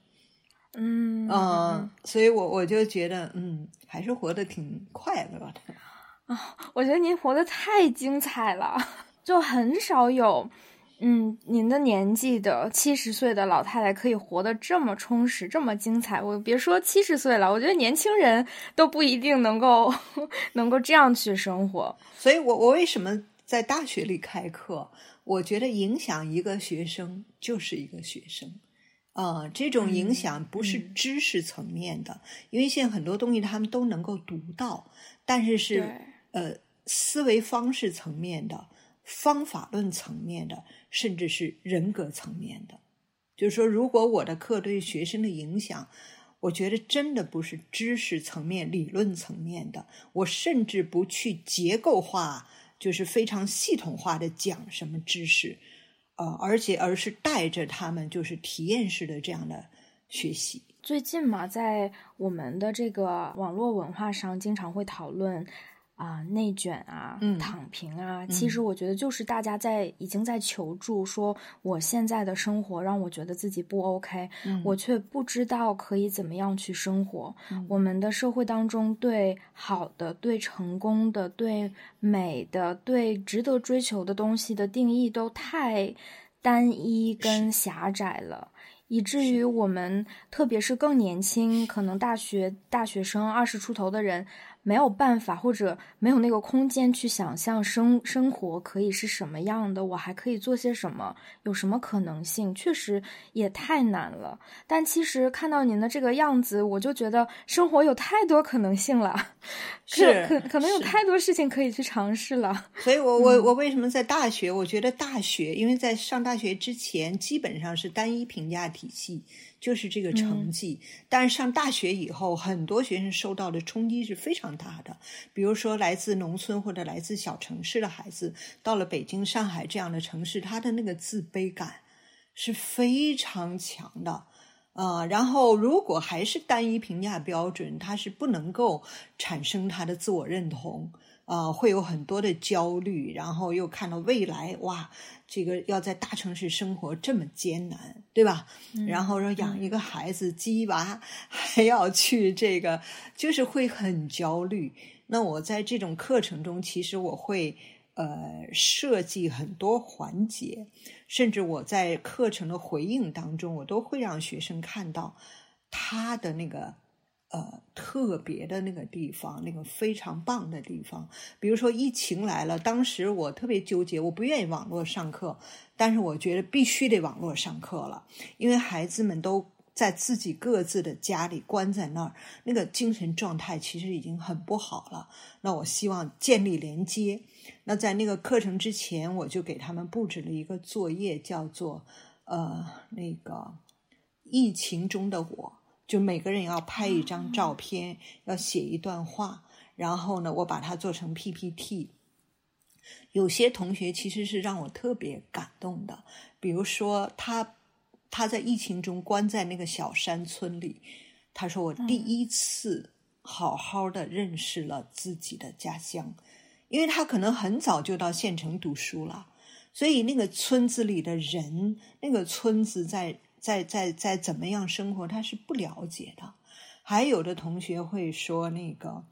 所以我就觉得还是活得挺快乐的我觉得您活得太精彩了，就很少有您的年纪的70岁的老太太可以活得这么充实这么精彩。我别说70岁了，我觉得年轻人都不一定能够这样去生活。 所以我为什么在大学里开课，我觉得影响一个学生就是一个学生这种影响不是知识层面的，因为现在很多东西他们都能够读到，但是思维方式层面的，方法论层面的，甚至是人格层面的。就是说如果我的课对学生的影响，我觉得真的不是知识层面理论层面的，我甚至不去结构化，就是非常系统化的讲什么知识而是带着他们就是体验式的这样的学习。 最近嘛，在我们的这个网络文化上经常会讨论内卷躺平其实我觉得就是大家已经在求助，说我现在的生活让我觉得自己不 OK，我却不知道可以怎么样去生活。我们的社会当中对好的、对成功的、对美的、对值得追求的东西的定义都太单一跟狭窄了，以至于我们特别是更年轻，可能大学生20出头的人没有办法或者没有那个空间去想象生活可以是什么样的，我还可以做些什么，有什么可能性，确实也太难了。但其实看到您的这个样子，我就觉得生活有太多可能性了，可能有太多事情可以去尝试了。 所以我为什么在大学，我觉得大学因为在上大学之前基本上是单一评价体系，就是这个成绩但是上大学以后，很多学生受到的冲击是非常大的。比如说来自农村或者来自小城市的孩子，到了北京上海这样的城市，他的那个自卑感是非常强的然后如果还是单一评价标准，他是不能够产生他的自我认同会有很多的焦虑，然后又看到未来哇，这个要在大城市生活这么艰难，对吧？然后说养一个孩子鸡娃还要去这个，就是会很焦虑。那我在这种课程中，其实我会设计很多环节，甚至我在课程的回应当中，我都会让学生看到他的那个特别的那个地方，那个非常棒的地方。比如说疫情来了，当时我特别纠结，我不愿意网络上课，但是我觉得必须得网络上课了，因为孩子们都在自己各自的家里关在那儿，那个精神状态其实已经很不好了。那我希望建立连接。那在那个课程之前，我就给他们布置了一个作业，叫做那个疫情中的我，就每个人要拍一张照片，要写一段话，然后呢，我把它做成 PPT。有些同学其实是让我特别感动的，比如说他在疫情中关在那个小山村里，他说我第一次好好的认识了自己的家乡，因为他可能很早就到县城读书了，所以那个村子里的人，那个村子在怎么样生活，他是不了解的。还有的同学会说那个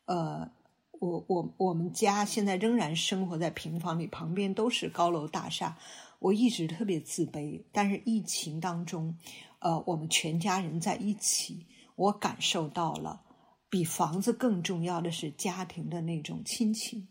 我们家现在仍然生活在平房里，旁边都是高楼大厦，我一直特别自卑，但是疫情当中我们全家人在一起，我感受到了比房子更重要的是家庭的那种亲情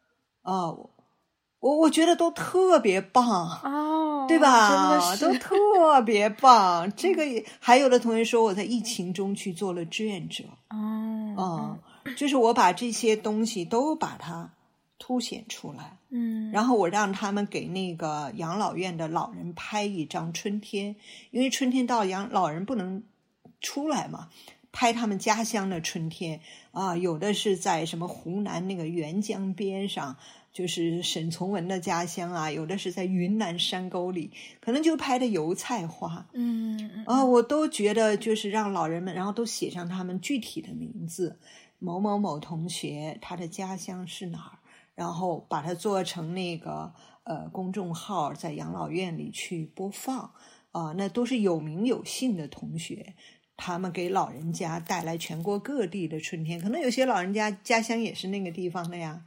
我觉得都特别棒对吧？都特别棒。这个还有的同学说我在疫情中去做了志愿者就是我把这些东西都把它凸显出来。 然后我让他们给那个养老院的老人拍一张春天，因为春天到老人不能出来嘛，拍他们家乡的春天啊，有的是在什么湖南那个沅江边上，就是沈从文的家乡啊，有的是在云南山沟里，可能就拍的油菜花。我都觉得就是让老人们，然后都写上他们具体的名字，某某某同学他的家乡是哪儿，然后把它做成那个公众号，在养老院里去播放那都是有名有姓的同学，他们给老人家带来全国各地的春天，可能有些老人家家乡也是那个地方的呀。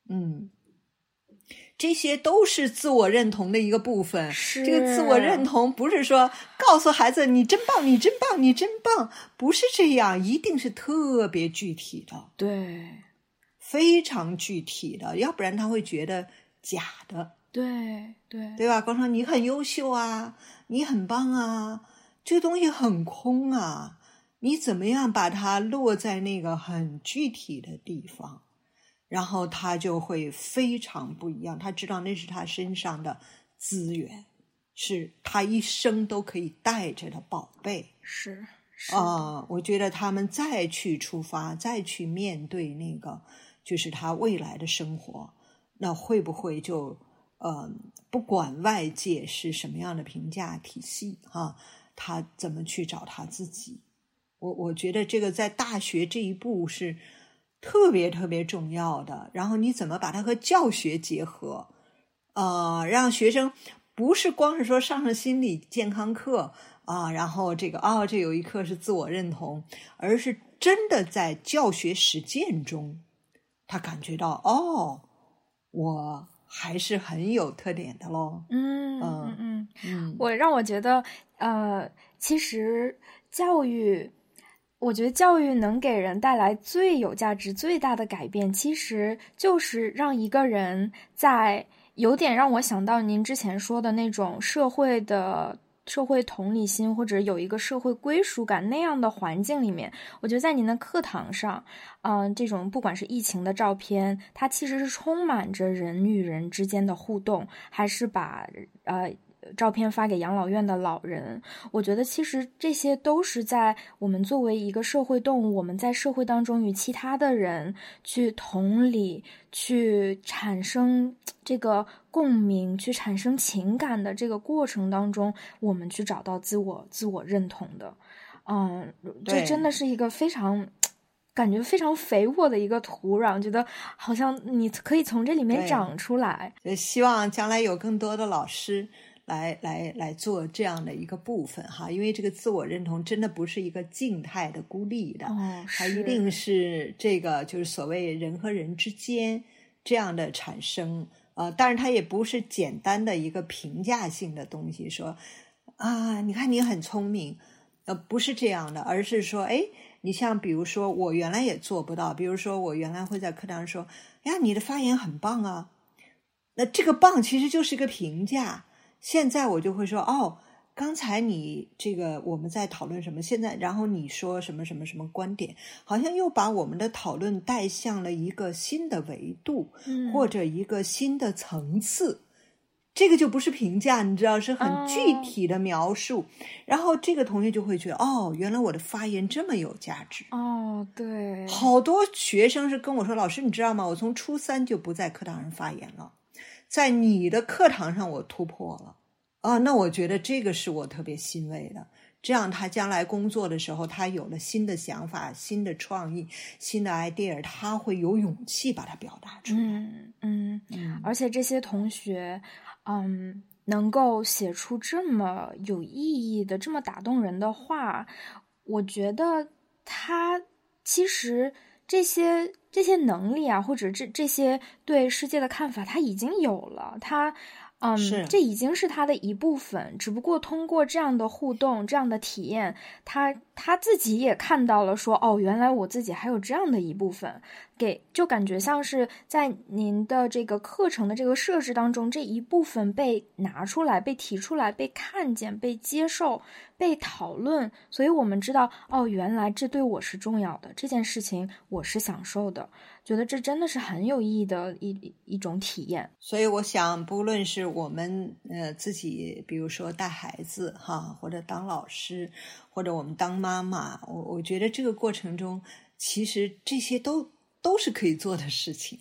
这些都是自我认同的一个部分。这个自我认同不是说告诉孩子你真棒，你真棒，你真棒，不是这样，一定是特别具体的。 对， 非常具体的，要不然他会觉得假的。 对吧？光说你很优秀啊，你很棒啊，这个东西很空啊，你怎么样把它落在那个很具体的地方，然后他就会非常不一样。他知道那是他身上的资源，是他一生都可以带着的宝贝。 是我觉得他们再去出发，再去面对那个就是他未来的生活，那会不会就不管外界是什么样的评价体系他怎么去找他自己。我觉得这个在大学这一步是特别特别重要的。然后你怎么把它和教学结合让学生不是光是说上心理健康课然后这有一课是自我认同，而是真的在教学实践中他感觉到我还是很有特点的咯。 让我觉得其实我觉得教育能给人带来最有价值最大的改变，其实就是让一个人在有点让我想到您之前说的那种社会同理心，或者有一个社会归属感那样的环境里面。我觉得在您的课堂上这种不管是疫情的照片，它其实是充满着人与人之间的互动，还是把照片发给养老院的老人，我觉得其实这些都是在我们作为一个社会动物，我们在社会当中与其他的人去同理，去产生这个共鸣，去产生情感的这个过程当中，我们去找到自我认同的。这真的是一个感觉非常肥沃的一个土壤，觉得好像你可以从这里面长出来。 希望将来有更多的老师来做这样的一个部分因为这个自我认同真的不是一个静态的孤立的它一定是这个就是所谓人和人之间这样的产生但是它也不是简单的一个评价性的东西，说你看你很聪明不是这样的，而是说你像比如说我原来也做不到，比如说我原来会在课堂上说你的发言很棒啊，那这个棒其实就是一个评价。现在我就会说刚才你这个我们在讨论什么，现在然后你说什么什么什么观点，好像又把我们的讨论带向了一个新的维度或者一个新的层次。这个就不是评价，你知道，是很具体的描述然后这个同学就会觉得原来我的发言这么有价值对， 好多学生是跟我说，老师你知道吗，我从初3就不在课堂上发言了，在你的课堂上我突破了那我觉得这个是我特别欣慰的。这样他将来工作的时候，他有了新的想法、新的创意、新的 idea， 他会有勇气把它表达出来。 而且这些同学能够写出这么有意义的、这么打动人的话，我觉得他其实这些能力或者这些对世界的看法他已经有了，这已经是他的一部分，只不过通过这样的互动、这样的体验，他他自己也看到了说，哦，原来我自己还有这样的一部分，就感觉像是在您的这个课程的这个设置当中，这一部分被拿出来、被提出来、被看见、被接受、被讨论，所以我们知道，哦，原来这对我是重要的，这件事情我是享受的，觉得这真的是很有意义的一种体验。 所以我想，不论是我们自己，比如说带孩子哈，或者当老师，或者我们当妈妈，我觉得这个过程中，其实这些都是可以做的事情。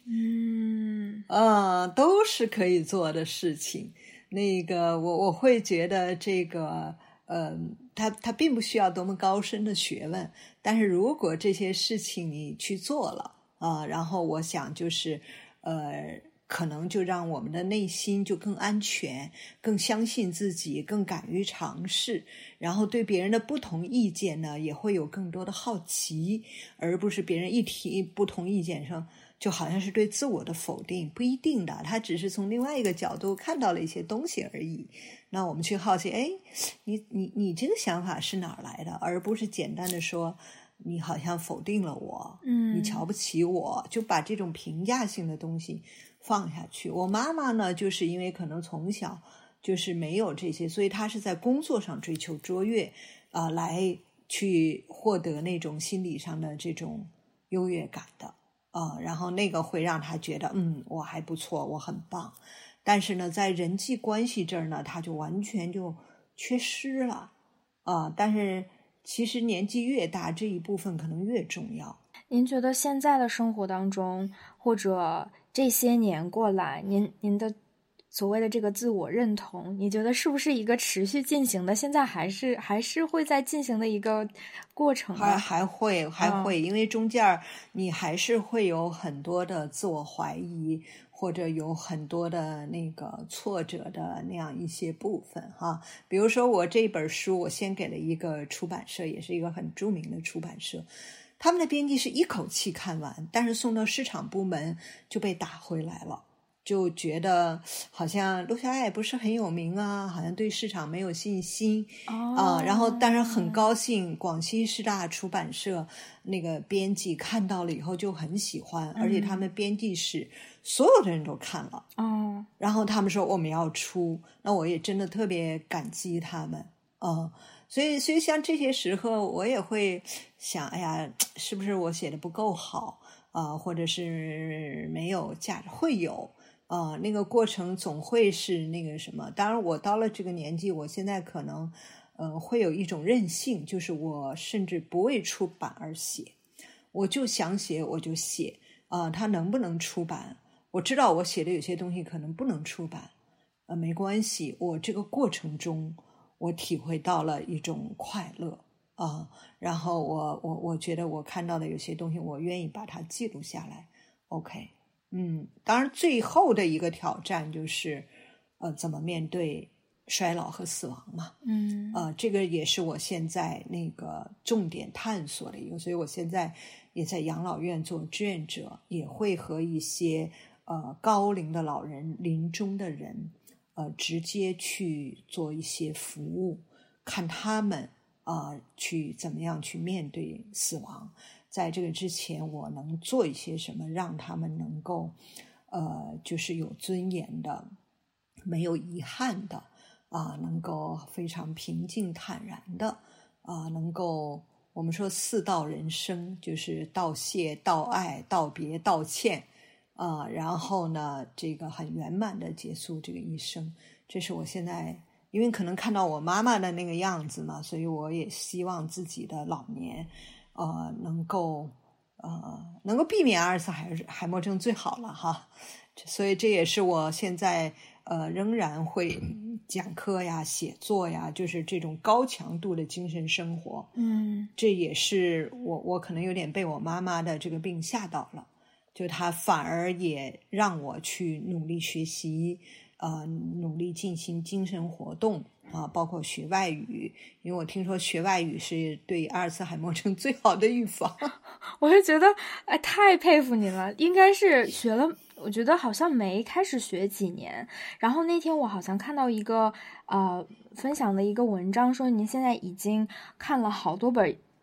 都是可以做的事情。那个我会觉得这个它并不需要多么高深的学问，但是如果这些事情你去做了然后我想就是可能就让我们的内心就更安全，更相信自己，更敢于尝试，然后对别人的不同意见呢也会有更多的好奇，而不是别人一提不同意见上就好像是对自我的否定，不一定的，他只是从另外一个角度看到了一些东西而已。那我们去好奇，你这个想法是哪儿来的，而不是简单的说你好像否定了我，你瞧不起我，就把这种评价性的东西放下去。我妈妈呢，就是因为可能从小就是没有这些，所以她是在工作上追求卓越来去获得那种心理上的这种优越感的然后那个会让她觉得我还不错，我很棒。但是呢，在人际关系这儿呢，她就完全就缺失了但是其实年纪越大，这一部分可能越重要。 您觉得现在的生活当中，或者这些年过来，您的所谓的这个自我认同，你觉得是不是一个持续进行的？现在还是会在进行的一个过程吗？ 还会，因为中间你还是会有很多的自我怀疑，或者有很多的那个挫折的那样一些部分哈。比如说我这本书，我先给了一个出版社，也是一个很著名的出版社，他们的编辑是一口气看完，但是送到市场部门就被打回来了，就觉得好像陆小雅也不是很有名好像对市场没有信心然后但是很高兴广西师大出版社那个编辑看到了以后就很喜欢，而且他们编辑室所有的人都看了然后他们说我们要出，那我也真的特别感激他们所以像这些时候我也会想，哎呀，是不是我写的不够好或者是没有价值，会有那个过程总会是那个什么。当然我到了这个年纪，我现在可能会有一种任性，就是我甚至不为出版而写，我就想写我就写它能不能出版，我知道我写的有些东西可能不能出版没关系，我这个过程中我体会到了一种快乐然后我觉得我看到的有些东西我愿意把它记录下来 OK 当然最后的一个挑战就是怎么面对衰老和死亡嘛这个也是我现在那个重点探索的一个，所以我现在也在养老院做志愿者，也会和一些高龄的老人临终的人直接去做一些服务，看他们去怎么样去面对死亡。在这个之前我能做一些什么让他们能够就是有尊严的，没有遗憾的能够非常平静坦然的能够我们说四道人生，就是道谢、道爱、道别、道歉然后呢这个很圆满的结束这个一生。这是我现在因为可能看到我妈妈的那个样子嘛，所以我也希望自己的老年能够避免阿尔茨海默症最好了哈。所以这也是我现在仍然会讲课呀、写作呀，就是这种高强度的精神生活这也是我可能有点被我妈妈的这个病吓到了，就她反而也让我去努力学习努力进行精神活动包括学外语，因为我听说学外语是对阿尔茨海默症最好的预防。 我就觉得太佩服你了，应该是学了，我觉得好像没开始学几年。然后那天我好像看到一个分享的一个文章，说您现在已经看了好多本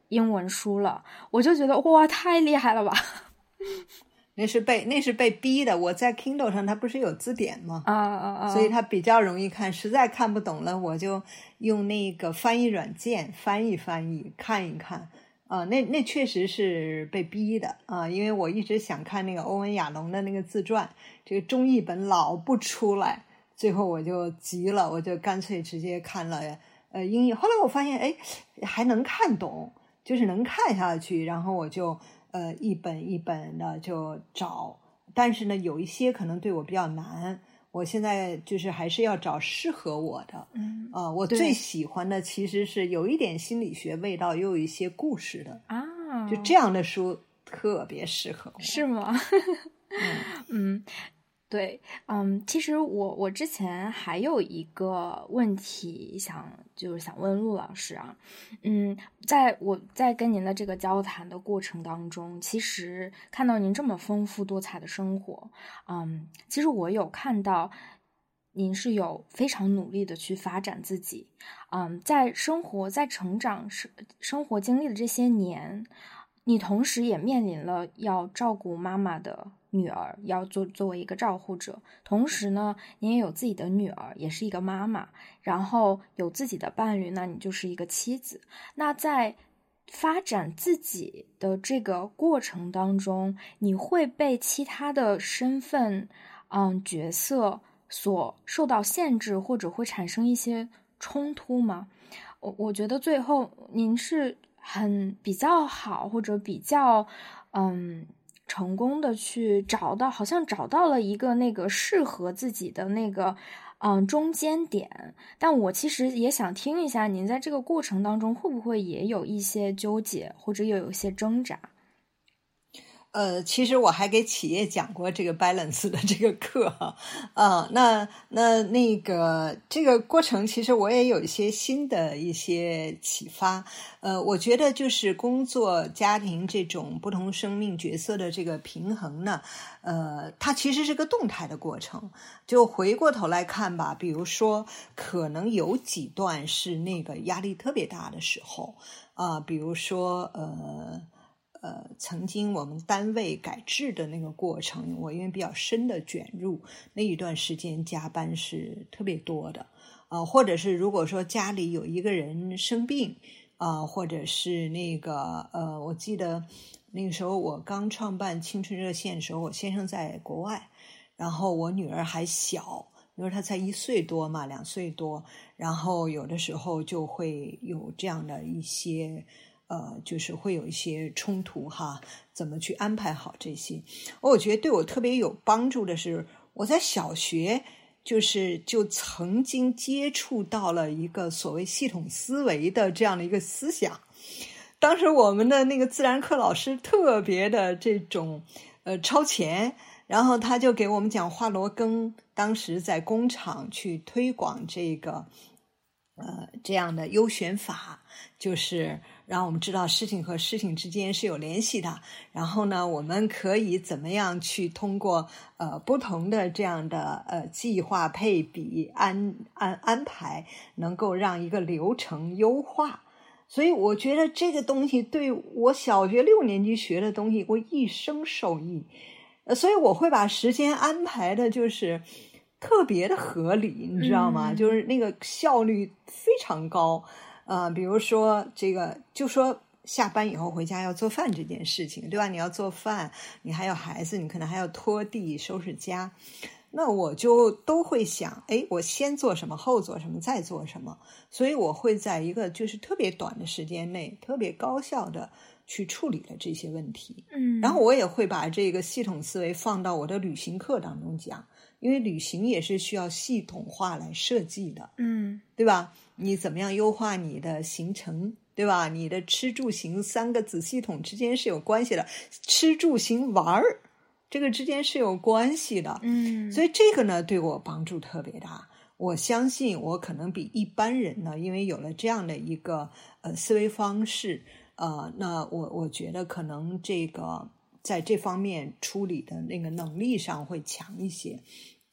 英文书了，我就觉得哇，太厉害了吧！ 那是被逼的。我在 Kindle 上，它不是有字典吗？所以它比较容易看。实在看不懂了，我就用那个翻译软件翻译看一看。那确实是被逼的啊，因为我一直想看那个欧文亚龙的那个自传，这个中译本老不出来，最后我就急了，我就干脆直接看了英译。后来我发现，还能看懂，就是能看下去，然后我就一本一本的就找，但是呢，有一些可能对我比较难。我现在就是还是要找适合我的，我最喜欢的其实是有一点心理学味道，又有一些故事的就这样的书特别适合我。 是吗？对，其实我之前还有一个问题想问陆老师啊，在我在跟您的这个交谈的过程当中，其实看到您这么丰富多彩的生活，其实我有看到您是有非常努力的去发展自己，在成长生活经历的这些年，你同时也面临了要照顾妈妈的女儿，要作为一个照护者，同时呢，你也有自己的女儿，也是一个妈妈，然后有自己的伴侣，那你就是一个妻子。那在发展自己的这个过程当中，你会被其他的身份，角色所受到限制，或者会产生一些冲突吗？我觉得最后您是比较好，或者比较成功的去好像找到了一个那个适合自己的那个中间点。但我其实也想听一下，您在这个过程当中会不会也有一些纠结，或者也有一些挣扎？ 其实我还给企业讲过这个 balance 的这个课哈，那个这个过程，其实我也有一些新的一些启发。我觉得就是工作、家庭这种不同生命角色的这个平衡呢，它其实是个动态的过程。就回过头来看吧，比如说可能有几段是那个压力特别大的时候比如说曾经我们单位改制的那个过程，我因为比较深的卷入那一段时间，加班是特别多的或者是如果说家里有一个人生病或者是那个我记得那个时候我刚创办青春热线的时候，我先生在国外，然后我女儿还小，因为她才1岁多嘛，2岁多，然后有的时候就会有这样的一些就是会有一些冲突哈，怎么去安排好这些。我觉得对我特别有帮助的是，我在小学就曾经接触到了一个所谓系统思维的这样的一个思想。当时我们的那个自然课老师特别的这种超前，然后他就给我们讲华罗庚当时在工厂去推广这个这样的优选法，就是让我们知道事情和事情之间是有联系的，然后呢我们可以怎么样去通过不同的这样的计划配比安排，能够让一个流程优化。所以我觉得这个东西对我小学6年级学的东西我一生受益，所以我会把时间安排的就是特别的合理，你知道吗？就是那个效率非常高比如说这个就说下班以后回家要做饭这件事情，对吧？你要做饭，你还有孩子，你可能还要拖地收拾家，那我就都会想我先做什么，后做什么，再做什么。所以我会在一个就是特别短的时间内特别高效的去处理了这些问题然后我也会把这个系统思维放到我的旅行课当中讲，因为旅行也是需要系统化来设计的对吧？你怎么样优化你的行程，对吧？你的吃住行3个子系统之间是有关系的，吃住行玩这个之间是有关系的所以这个呢对我帮助特别大。我相信我可能比一般人呢，因为有了这样的一个思维方式那我觉得可能这个在这方面处理的那个能力上会强一些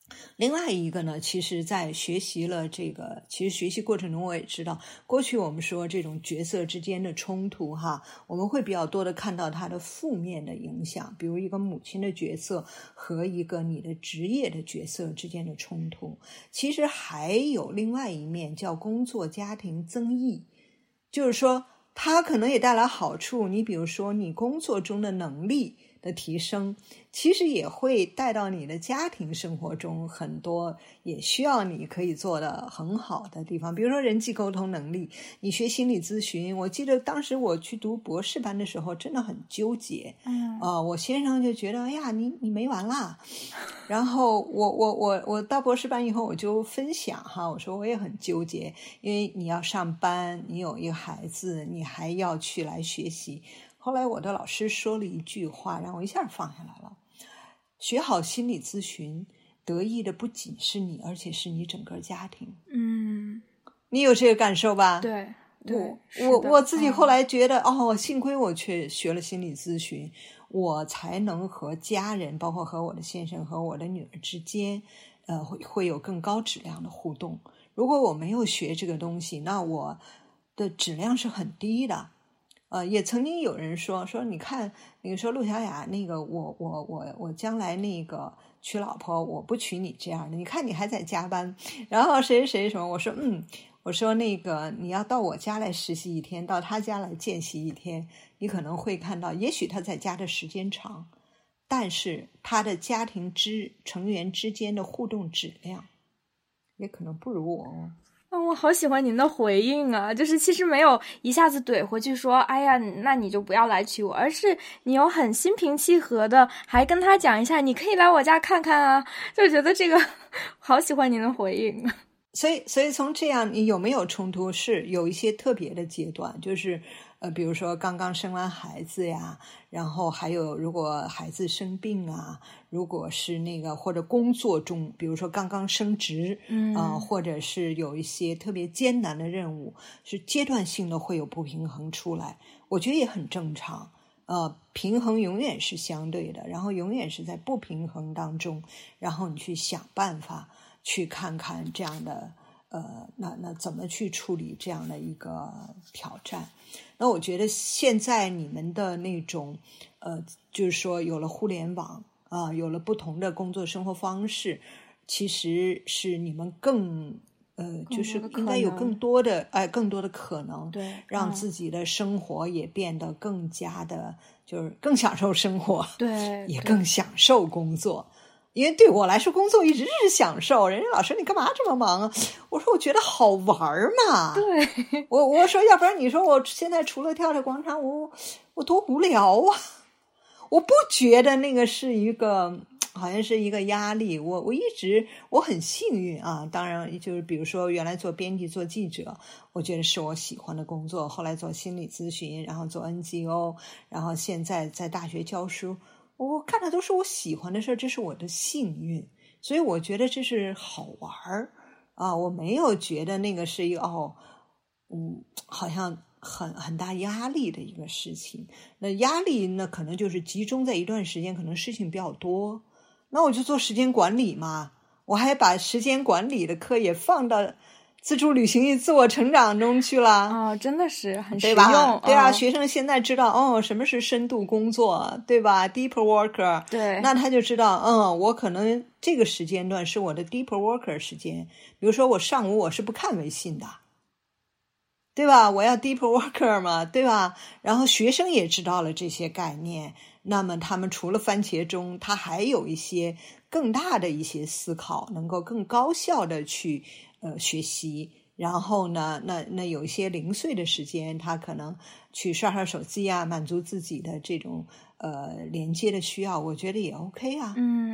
另外一个呢，其实在学习了这个，其实学习过程中我也知道，过去我们说这种角色之间的冲突哈，我们会比较多的看到它的负面的影响，比如一个母亲的角色和一个你的职业的角色之间的冲突。其实还有另外一面叫工作家庭增益，就是说它可能也带来好处，你比如说你工作中的能力的提升，其实也会带到你的家庭生活中很多也需要你可以做的很好的地方，比如说人际沟通能力。你学心理咨询，我记得当时我去读博士班的时候真的很纠结，我先生就觉得哎呀你没完啦，然后我到博士班以后我就分享哈，我说我也很纠结，因为你要上班，你有一个孩子，你还要去来学习。后来我的老师说了一句话，让我一下放下来了。学好心理咨询，得益的不仅是你，而且是你整个家庭。你有这个感受吧？ 对， 我自己后来觉得，幸亏我去学了心理咨询，我才能和家人，包括和我的先生和我的女儿之间，会有更高质量的互动。如果我没有学这个东西，那我的质量是很低的。也曾经有人说你看那个说陆小雅那个我将来那个娶老婆我不娶你这样的，你看你还在加班，然后谁什么，我说那个你要到我家来实习一天，到他家来见习一天，你可能会看到也许他在家的时间长，但是他的家庭成员之间的互动质量也可能不如我哦。 我好喜欢您的回应啊，就是其实没有一下子怼回去说哎呀那你就不要来娶我，而是你有很心平气和的还跟他讲一下你可以来我家看看啊，就觉得这个好喜欢您的回应。 所以从这样你有没有冲突，是有一些特别的阶段，就是比如说刚刚生完孩子呀，然后还有如果孩子生病啊，如果是那个或者工作中比如说刚刚升职或者是有一些特别艰难的任务，是阶段性的会有不平衡出来，我觉得也很正常。平衡永远是相对的，然后永远是在不平衡当中，然后你去想办法去看看这样的那怎么去处理这样的一个挑战。那我觉得现在你们的那种就是说有了互联网有了不同的工作生活方式，其实是你们更就是应该有更多的可能， 对， 让自己的生活也变得更加的就是更享受生活， 对， 也更享受工作。因为对我来说工作一直是享受，人家老师你干嘛这么忙啊？我说我觉得好玩嘛。 对， 我说要不然你说我现在除了跳跳广场舞我多无聊啊。我不觉得那个是一个好像是一个压力，我很幸运啊。当然就是比如说原来做编辑做记者，我觉得是我喜欢的工作，后来做心理咨询，然后做 NGO， 然后现在在大学教书，我干的都是我喜欢的事，这是我的幸运，所以我觉得这是好玩啊。我没有觉得那个是一个好像很大压力的一个事情。那压力那可能就是集中在一段时间，可能事情比较多，那我就做时间管理嘛，我还把时间管理的课也放到自助旅行与自我成长中去了。 真的是很实用， 对吧？对啊，学生现在知道什么是深度工作，对吧？ Deeper worker， 对， 那他就知道我可能这个时间段是我的 Deeper worker 时间，比如说我上午我是不看微信的，对吧？我要 Deeper worker 嘛，对吧？然后学生也知道了这些概念，那么他们除了番茄钟，他还有一些更大的一些思考，能够更高效的去学习。然后呢那有一些零碎的时间，他可能去刷刷手机啊，满足自己的这种连接的需要，我觉得也 OK 啊。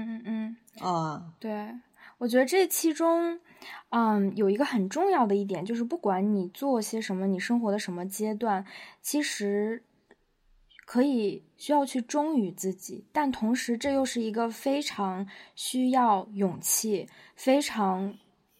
对，我觉得这其中有一个很重要的一点，就是不管你做些什么，你生活的什么阶段，其实需要去忠于自己，但同时这又是一个非常需要勇气，非常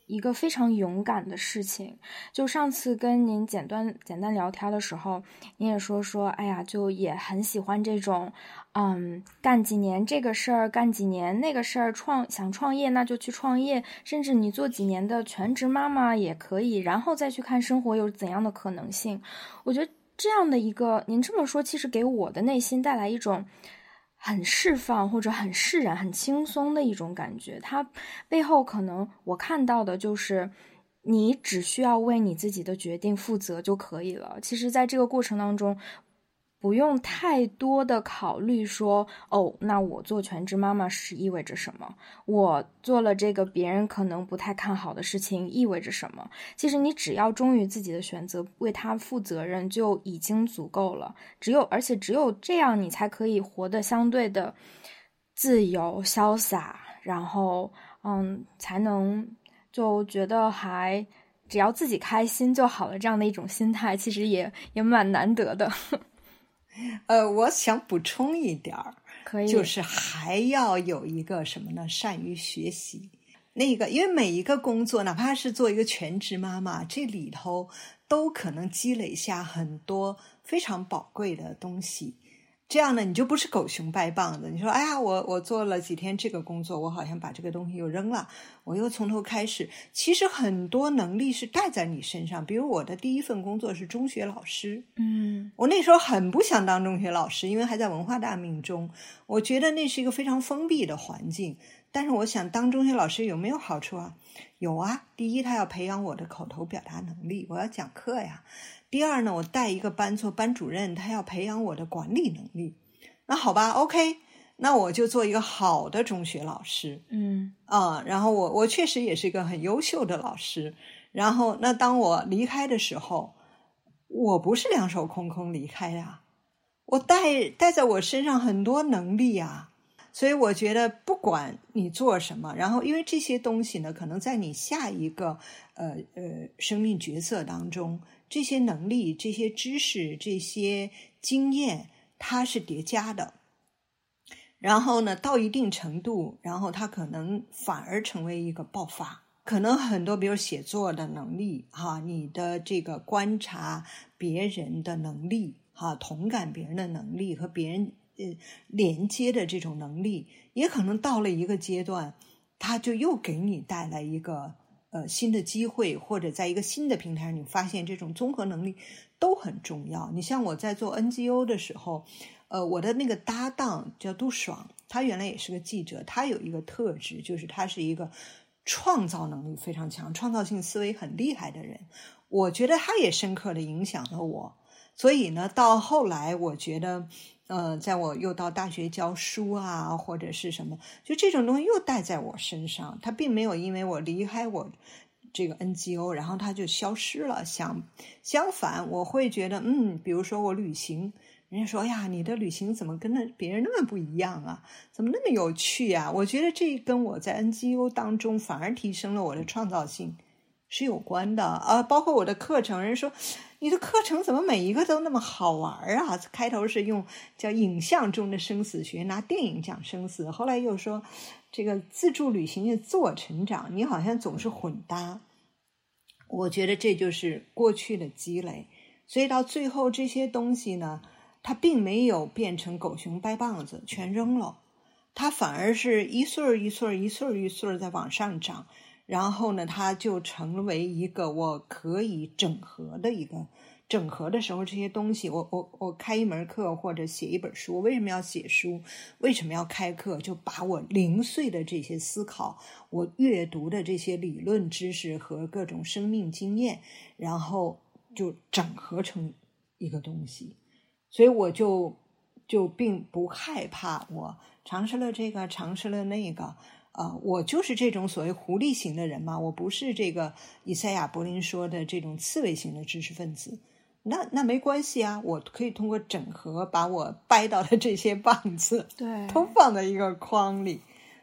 一个非常勇敢的事情。就上次跟您简单聊天的时候，您也说，哎呀，就也很喜欢这种，干几年这个事儿，干几年那个事儿，想创业那就去创业，甚至你做几年的全职妈妈也可以，然后再去看生活有怎样的可能性。我觉得这样的一个，您这么说，其实给我的内心带来一种很释放或者很释然、很轻松的一种感觉。它背后可能我看到的就是你只需要为你自己的决定负责就可以了。其实在这个过程当中不用太多的考虑说，那我做全职妈妈是意味着什么，我做了这个别人可能不太看好的事情意味着什么。其实你只要忠于自己的选择，为它负责任就已经足够了。而且只有这样，你才可以活得相对的自由潇洒，然后才能就觉得只要自己开心就好了，这样的一种心态其实也蛮难得的。 我想补充一点儿， 可以， 就是还要有一个什么呢？善于学习。因为每一个工作，哪怕是做一个全职妈妈，这里头都可能积累下很多非常宝贵的东西。这样呢，你就不是狗熊掰棒子。你说，哎呀，我做了几天这个工作，我好像把这个东西又扔了，我又从头开始。其实很多能力是带在你身上。比如我的第一份工作是中学老师，我那时候很不想当中学老师，因为还在文化大命中，我觉得那是一个非常封闭的环境。但是我想当中学老师有没有好处啊？有啊。第一，他要培养我的口头表达能力，我要讲课呀。第二呢，我带一个班做班主任，他要培养我的管理能力。那好吧 ，OK， 那我就做一个好的中学老师。然后我确实也是一个很优秀的老师。然后那当我离开的时候，我不是两手空空离开呀，我带在我身上很多能力啊。所以我觉得不管你做什么，然后因为这些东西呢，可能在你下一个生命角色当中，这些能力、这些知识、这些经验，它是叠加的。然后呢，到一定程度，然后它可能反而成为一个爆发。可能很多，比如写作的能力，你的这个观察别人的能力，同感别人的能力和别人连接的这种能力，也可能到了一个阶段，它就又给你带来一个新的机会，或者在一个新的平台上，你发现这种综合能力都很重要。你像我在做 NGO 的时候，我的那个搭档叫杜爽，他原来也是个记者，他有一个特质，就是他是一个创造能力非常强、创造性思维很厉害的人。我觉得他也深刻的影响了我。所以呢，到后来我觉得在我又到大学教书啊，或者是什么，就这种东西又带在我身上，它并没有因为我离开我这个 NGO 然后它就消失了。相反，我会觉得比如说我旅行，人家说呀，你的旅行怎么跟别人那么不一样啊，怎么那么有趣啊，我觉得这跟我在 NGO 当中反而提升了我的创造性是有关的。包括我的课程，人说你的课程怎么每一个都那么好玩啊？开头是用叫影像中的生死学，拿电影讲生死，后来又说这个自助旅行的自我成长，你好像总是混搭。我觉得这就是过去的积累，所以到最后这些东西呢，它并没有变成狗熊掰棒子全扔了，它反而是一穗一穗一穗一穗在往上涨。然后呢，它就成为一个我可以整合的一个。整合的时候，这些东西，我开一门课或者写一本书，为什么要写书？为什么要开课？就把我零碎的这些思考，我阅读的这些理论知识和各种生命经验，然后就整合成一个东西。所以我就并不害怕，我尝试了这个，尝试了那个。我就是这种所谓狐狸型的人嘛，我不是这个以赛亚柏林说的这种刺猬型的知识分子。那没关系啊，我可以通过整合把我掰到的这些棒子都放在一个框里。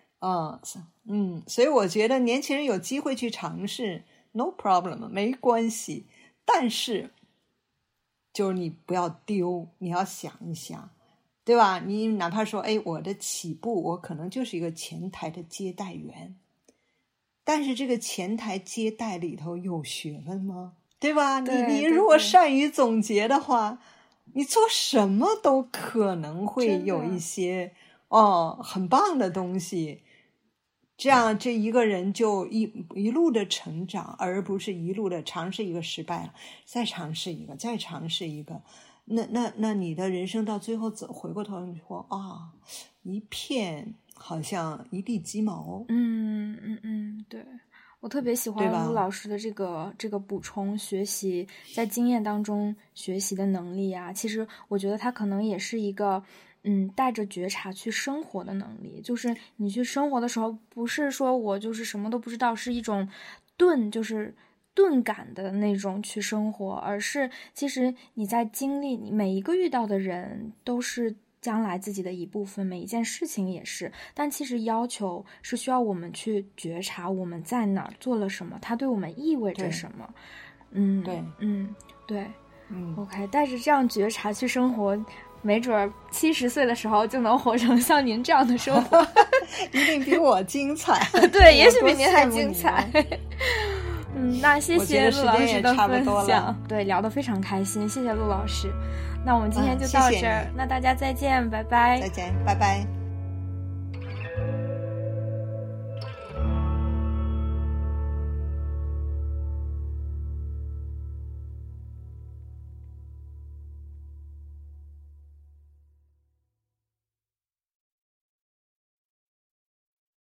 所以我觉得年轻人有机会去尝试 no problem， 没关系。但是就是你不要丢，你要想一想，对吧？你哪怕说我的起步我可能就是一个前台的接待员， 但是这个前台接待里头有学问吗？对吧？你对如果善于总结的话，你做什么都可能会有一些很棒的东西。这样这一个人就一路的成长，而不是一路的尝试一个失败了，再尝试一个，再尝试一个。那你的人生到最后回过头你说一片好像一地鸡毛。 对，我特别喜欢陆老师的这个补充学习，在经验当中学习的能力啊。其实我觉得他可能也是一个带着觉察去生活的能力。就是你去生活的时候，不是说我就是什么都不知道，是一种钝感的那种去生活，而是其实你在经历，你每一个遇到的人都是将来自己的一部分，每一件事情也是。但其实要求是需要我们去觉察我们在哪儿做了什么，它对我们意味着什么。对，OK， 带着这样觉察去生活，没准70岁的时候就能活成像您这样的生活。 一定比我精彩。 对，也许比您还精彩。那谢谢陆老师的分享，对，聊得非常开心，谢谢陆老师。那我们今天就到这儿，那大家再见，拜拜。 再见，拜拜。